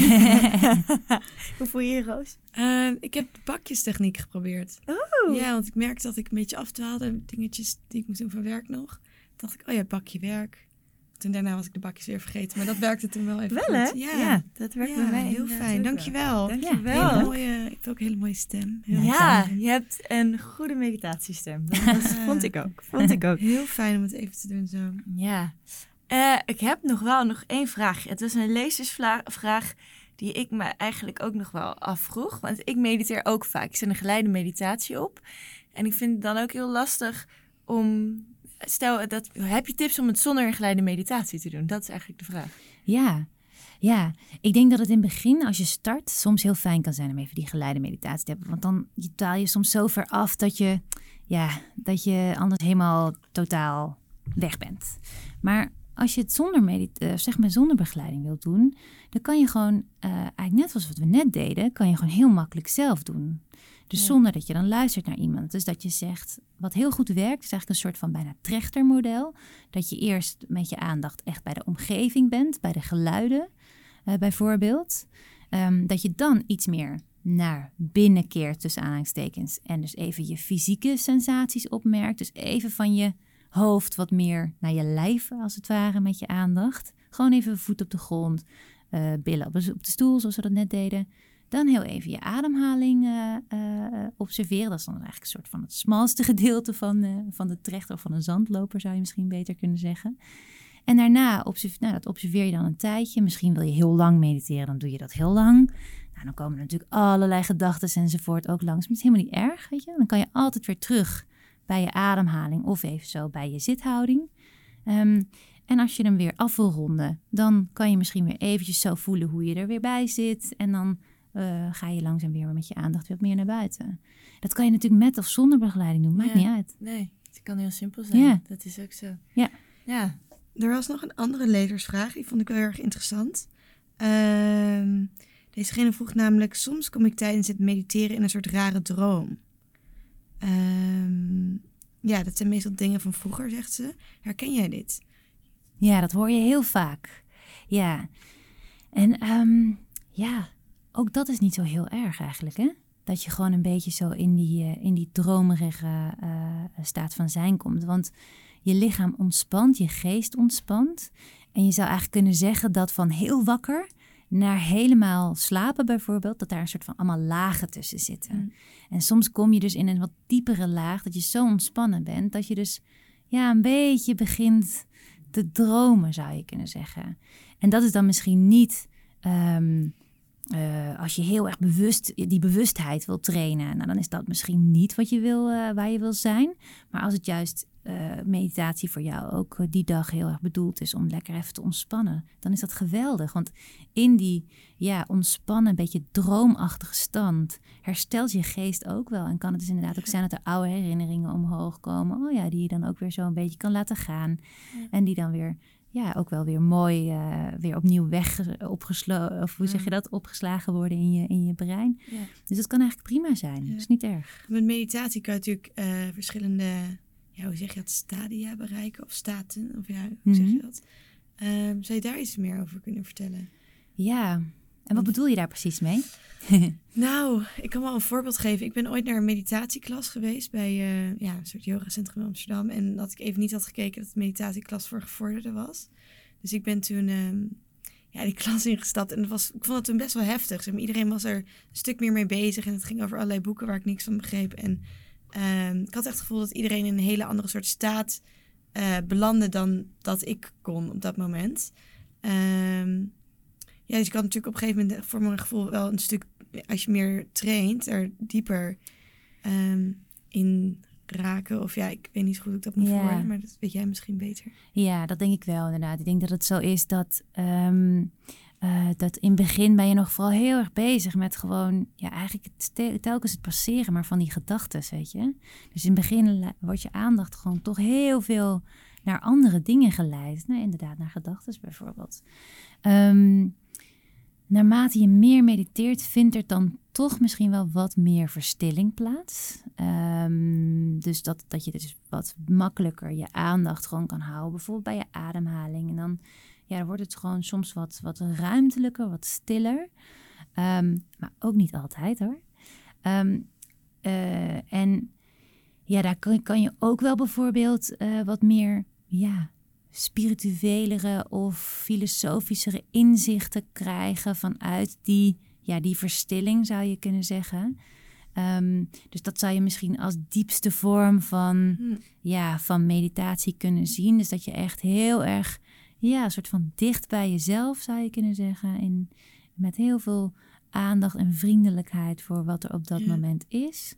Hoe voel je je, Roos? Ik heb de bakjestechniek geprobeerd. Oh. Ja, want ik merkte dat ik een beetje afdwaalde. Dingetjes die ik moest doen van werk nog. Toen dacht ik, oh ja, bakje werk. Toen daarna was ik de bakjes weer vergeten. Maar dat werkte toen wel even Wel, goed. hè? Ja, dat werkt bij mij. Heel fijn. Dankjewel. Dankjewel. Hele mooie, ik heb ook een hele mooie stem. Heel Ja, fijn. je hebt een goede meditatiestem. Dat vond ik ook. Heel fijn om het even te doen zo. Ja. Ik heb nog één vraag. Het was een lezersvraag die ik me eigenlijk ook nog wel afvroeg. Want ik mediteer ook vaak. Ik zet een geleide meditatie op. En ik vind het dan ook heel lastig om... heb je tips om het zonder een geleide meditatie te doen? Dat is eigenlijk de vraag. Ja, ik denk dat het in het begin, als je start, soms heel fijn kan zijn om even die geleide meditatie te hebben. Want dan dwaal je soms zo ver af dat je anders helemaal totaal weg bent. Maar als je het zonder begeleiding wilt doen, dan kan je gewoon, eigenlijk net zoals wat we net deden, kan je gewoon heel makkelijk zelf doen. Dus zonder dat je dan luistert naar iemand. Dus dat je zegt, wat heel goed werkt, is eigenlijk een soort van bijna trechtermodel. Dat je eerst met je aandacht echt bij de omgeving bent, bij de geluiden bijvoorbeeld. Dat je dan iets meer naar binnen keert tussen aanhalingstekens. En dus even je fysieke sensaties opmerkt. Dus even van je hoofd wat meer naar je lijf als het ware met je aandacht. Gewoon even voet op de grond, billen op de stoel zoals we dat net deden. Dan heel even je ademhaling observeren. Dat is dan eigenlijk een soort van het smalste gedeelte van de trechter of van een zandloper, zou je misschien beter kunnen zeggen. En daarna dat observeer je dan een tijdje. Misschien wil je heel lang mediteren, dan doe je dat heel lang. Nou, dan komen er natuurlijk allerlei gedachten enzovoort ook langs. Maar het is helemaal niet erg, weet je. Dan kan je altijd weer terug bij je ademhaling of even zo bij je zithouding. En als je hem weer af wil ronden, dan kan je misschien weer eventjes zo voelen hoe je er weer bij zit. En dan ga je langzaam weer met je aandacht wat meer naar buiten. Dat kan je natuurlijk met of zonder begeleiding doen, maakt niet uit. Nee, het kan heel simpel zijn. Ja. Dat is ook zo. Ja. Er was nog een andere lezersvraag, die vond ik wel heel erg interessant. Dezegene vroeg namelijk, soms kom ik tijdens het mediteren in een soort rare droom. Dat zijn meestal dingen van vroeger, zegt ze. Herken jij dit? Ja, dat hoor je heel vaak. Ja. En ook dat is niet zo heel erg eigenlijk, hè? Dat je gewoon een beetje zo in die dromerige staat van zijn komt. Want je lichaam ontspant, je geest ontspant. En je zou eigenlijk kunnen zeggen dat van heel wakker naar helemaal slapen bijvoorbeeld, dat daar een soort van allemaal lagen tussen zitten. En soms kom je dus in een wat diepere laag, dat je zo ontspannen bent, dat je dus een beetje begint te dromen, zou je kunnen zeggen. En dat is dan misschien niet als je heel erg die bewustheid wil trainen. Nou, dan is dat misschien niet wat je wil, waar je wil zijn. Maar als het juist meditatie voor jou ook die dag heel erg bedoeld is om lekker even te ontspannen, dan is dat geweldig. Want in die ontspannen, een beetje droomachtige stand herstelt je geest ook wel. En kan het dus inderdaad ook zijn dat er oude herinneringen omhoog komen. Oh ja, die je dan ook weer zo een beetje kan laten gaan. Ja. En die dan weer ook wel weer mooi weer opnieuw opgeslagen worden in je brein. Ja. Dus dat kan eigenlijk prima zijn. Dat is niet erg. Met meditatie kan je natuurlijk verschillende, hoe zeg je dat, stadia bereiken of staten? Of hoe zeg je dat? Zou je daar iets meer over kunnen vertellen? Ja, en wat bedoel je daar precies mee? Nou, ik kan wel een voorbeeld geven. Ik ben ooit naar een meditatieklas geweest bij een soort yogacentrum in Amsterdam. En dat ik even niet had gekeken dat de meditatieklas voor gevorderden was. Dus ik ben toen die klas ingestapt. En ik vond het toen best wel heftig. Zeg maar, iedereen was er een stuk meer mee bezig. En het ging over allerlei boeken waar ik niks van begreep. En ik had echt het gevoel dat iedereen in een hele andere soort staat belandde dan dat ik kon op dat moment. Dus ik had natuurlijk op een gegeven moment voor mijn gevoel wel een stuk, als je meer traint, er dieper in raken. Of ik weet niet zo goed hoe ik dat moet verwoorden, maar dat weet jij misschien beter. Ja, dat denk ik wel inderdaad. Ik denk dat het zo is dat in het begin ben je nog vooral heel erg bezig met gewoon, eigenlijk telkens het passeren maar van die gedachten, weet je. Dus in het begin wordt je aandacht gewoon toch heel veel naar andere dingen geleid. Nou, inderdaad, naar gedachten bijvoorbeeld. Naarmate je meer mediteert, vindt er dan toch misschien wel wat meer verstilling plaats. Dus dat je dus wat makkelijker je aandacht gewoon kan houden. Bijvoorbeeld bij je ademhaling. En dan dan wordt het gewoon soms wat ruimtelijker, wat stiller. Maar ook niet altijd hoor. En ja, daar kan je ook wel bijvoorbeeld wat meer spirituelere of filosofischere inzichten krijgen vanuit die verstilling, zou je kunnen zeggen. Dus dat zou je misschien als diepste vorm van meditatie kunnen zien. Dus dat je echt heel erg, een soort van dicht bij jezelf, zou je kunnen zeggen. En met heel veel aandacht en vriendelijkheid voor wat er op dat moment is.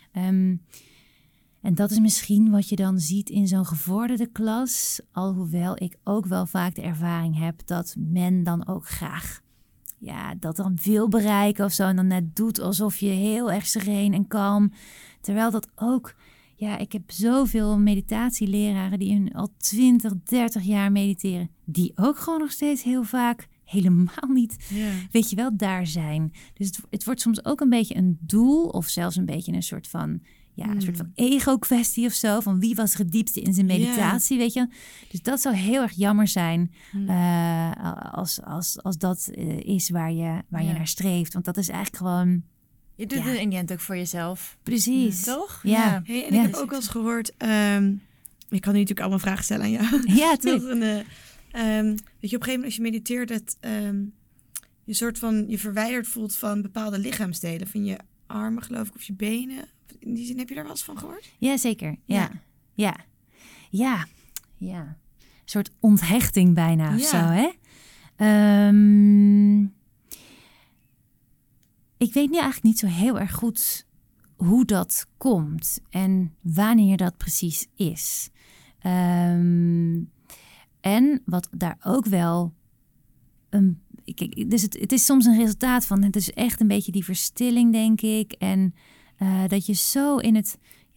En dat is misschien wat je dan ziet in zo'n gevorderde klas. Alhoewel ik ook wel vaak de ervaring heb dat men dan ook graag dat dan wil bereiken of zo. En dan net doet alsof je heel erg sereen en kalm. Terwijl dat ook, ik heb zoveel meditatieleraren die al 20, 30 jaar mediteren. Die ook gewoon nog steeds heel vaak helemaal niet, weet je wel, daar zijn. Dus het wordt soms ook een beetje een doel of zelfs een beetje een soort van een soort van ego-kwestie of zo. Van wie was er het diepste in zijn meditatie, weet je. Dus dat zou heel erg jammer zijn als dat is waar je naar streeft. Want dat is eigenlijk gewoon... Je doet het in die end ook voor jezelf. Precies. Toch? Ja. Hey, en ik heb ook wel eens gehoord... ik kan nu natuurlijk allemaal vragen stellen aan jou. Ja, tuurlijk. Weet je, op een gegeven moment als je mediteert... dat je soort van je verwijderd voelt van bepaalde lichaamsdelen. Van je armen, geloof ik, of je benen... In die zin, heb je daar wel eens van gehoord? Ja, zeker. Ja. Een soort onthechting bijna of zo, hè? Ik weet nu eigenlijk niet zo heel erg goed hoe dat komt en wanneer dat precies is. En wat daar ook wel... dus het is soms een resultaat van... Het is echt een beetje die verstilling, denk ik. En... dat je zo in het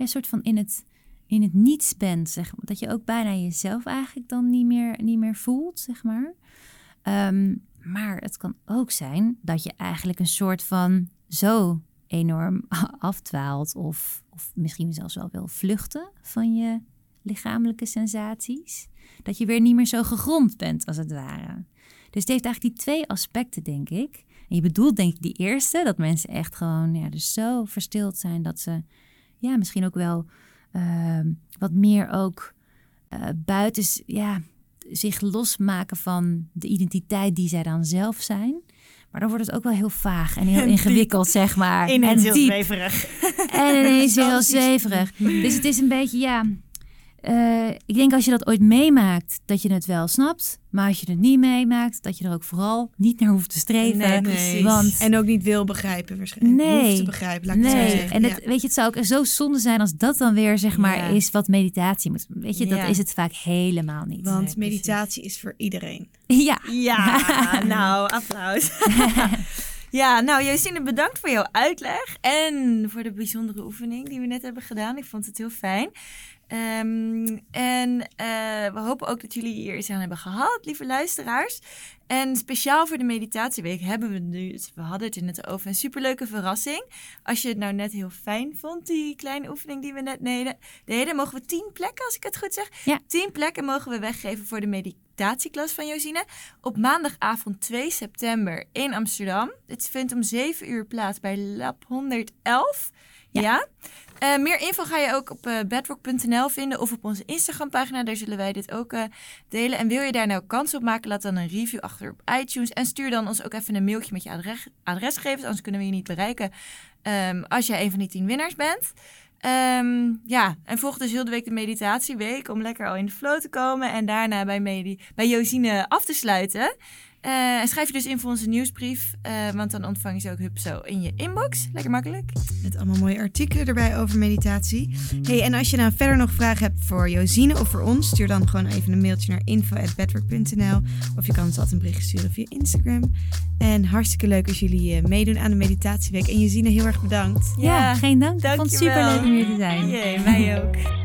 niets bent, zeg maar. Dat je ook bijna jezelf eigenlijk dan niet meer voelt, zeg maar. Maar het kan ook zijn dat je eigenlijk een soort van zo enorm afdwaalt of misschien zelfs wel wil vluchten van je lichamelijke sensaties. Dat je weer niet meer zo gegrond bent, als het ware. Dus het heeft eigenlijk die twee aspecten, denk ik. En je bedoelt denk ik die eerste, dat mensen echt gewoon dus zo verstild zijn dat ze misschien ook wel wat meer ook buiten zich losmaken van de identiteit die zij dan zelf zijn. Maar dan wordt het ook wel heel vaag en heel ingewikkeld, zeg maar. Ineens heel zweverig. En ineens heel zweverig. Dus het is een beetje, ik denk als je dat ooit meemaakt, dat je het wel snapt. Maar als je het niet meemaakt, dat je er ook vooral niet naar hoeft te streven. Nee, precies. Want... En ook niet wil begrijpen waarschijnlijk. Nee. Hoeft te begrijpen, laat ik het zo zeggen. En weet je, het zou ook zo zonde zijn als dat dan weer, zeg maar, is wat meditatie moet. Weet je, dat is het vaak helemaal niet. Want meditatie is voor iedereen. Ja. Ja, nou, applaus. Ja, nou Josine, bedankt voor jouw uitleg en voor de bijzondere oefening die we net hebben gedaan. Ik vond het heel fijn. We hopen ook dat jullie hier iets aan hebben gehad, lieve luisteraars. En speciaal voor de meditatieweek hebben we nu, we hadden het er net over, een superleuke verrassing. Als je het nou net heel fijn vond, die kleine oefening die we net deden, mogen we 10 plekken, als ik het goed zeg. Ja. 10 plekken mogen we weggeven voor de meditatieklas van Josine. Op maandagavond 2 september in Amsterdam. Het vindt om 7 uur plaats bij Lab 111. Ja. Meer info ga je ook op bedrock.nl vinden of op onze Instagram-pagina. Daar zullen wij dit ook delen. En wil je daar nou kans op maken, laat dan een review achter op iTunes. En stuur dan ons ook even een mailtje met je adresgegevens. Anders kunnen we je niet bereiken als jij een van die 10 winnaars bent. En volg dus heel de week de meditatieweek om lekker al in de flow te komen. En daarna bij Josine af te sluiten. En schrijf je dus in voor onze nieuwsbrief, want dan ontvang je ze ook zo in je inbox. Lekker makkelijk. Met allemaal mooie artikelen erbij over meditatie. Hey, en als je nou verder nog vragen hebt voor Josine of voor ons, stuur dan gewoon even een mailtje naar info@bedrock.nl. Of je kan ons altijd een bericht sturen via Instagram. En hartstikke leuk als jullie meedoen aan de meditatieweek. En Josine, heel erg bedankt. Ja, geen dank. Ik vond het superleuk om hier te zijn. Jee, mij ook.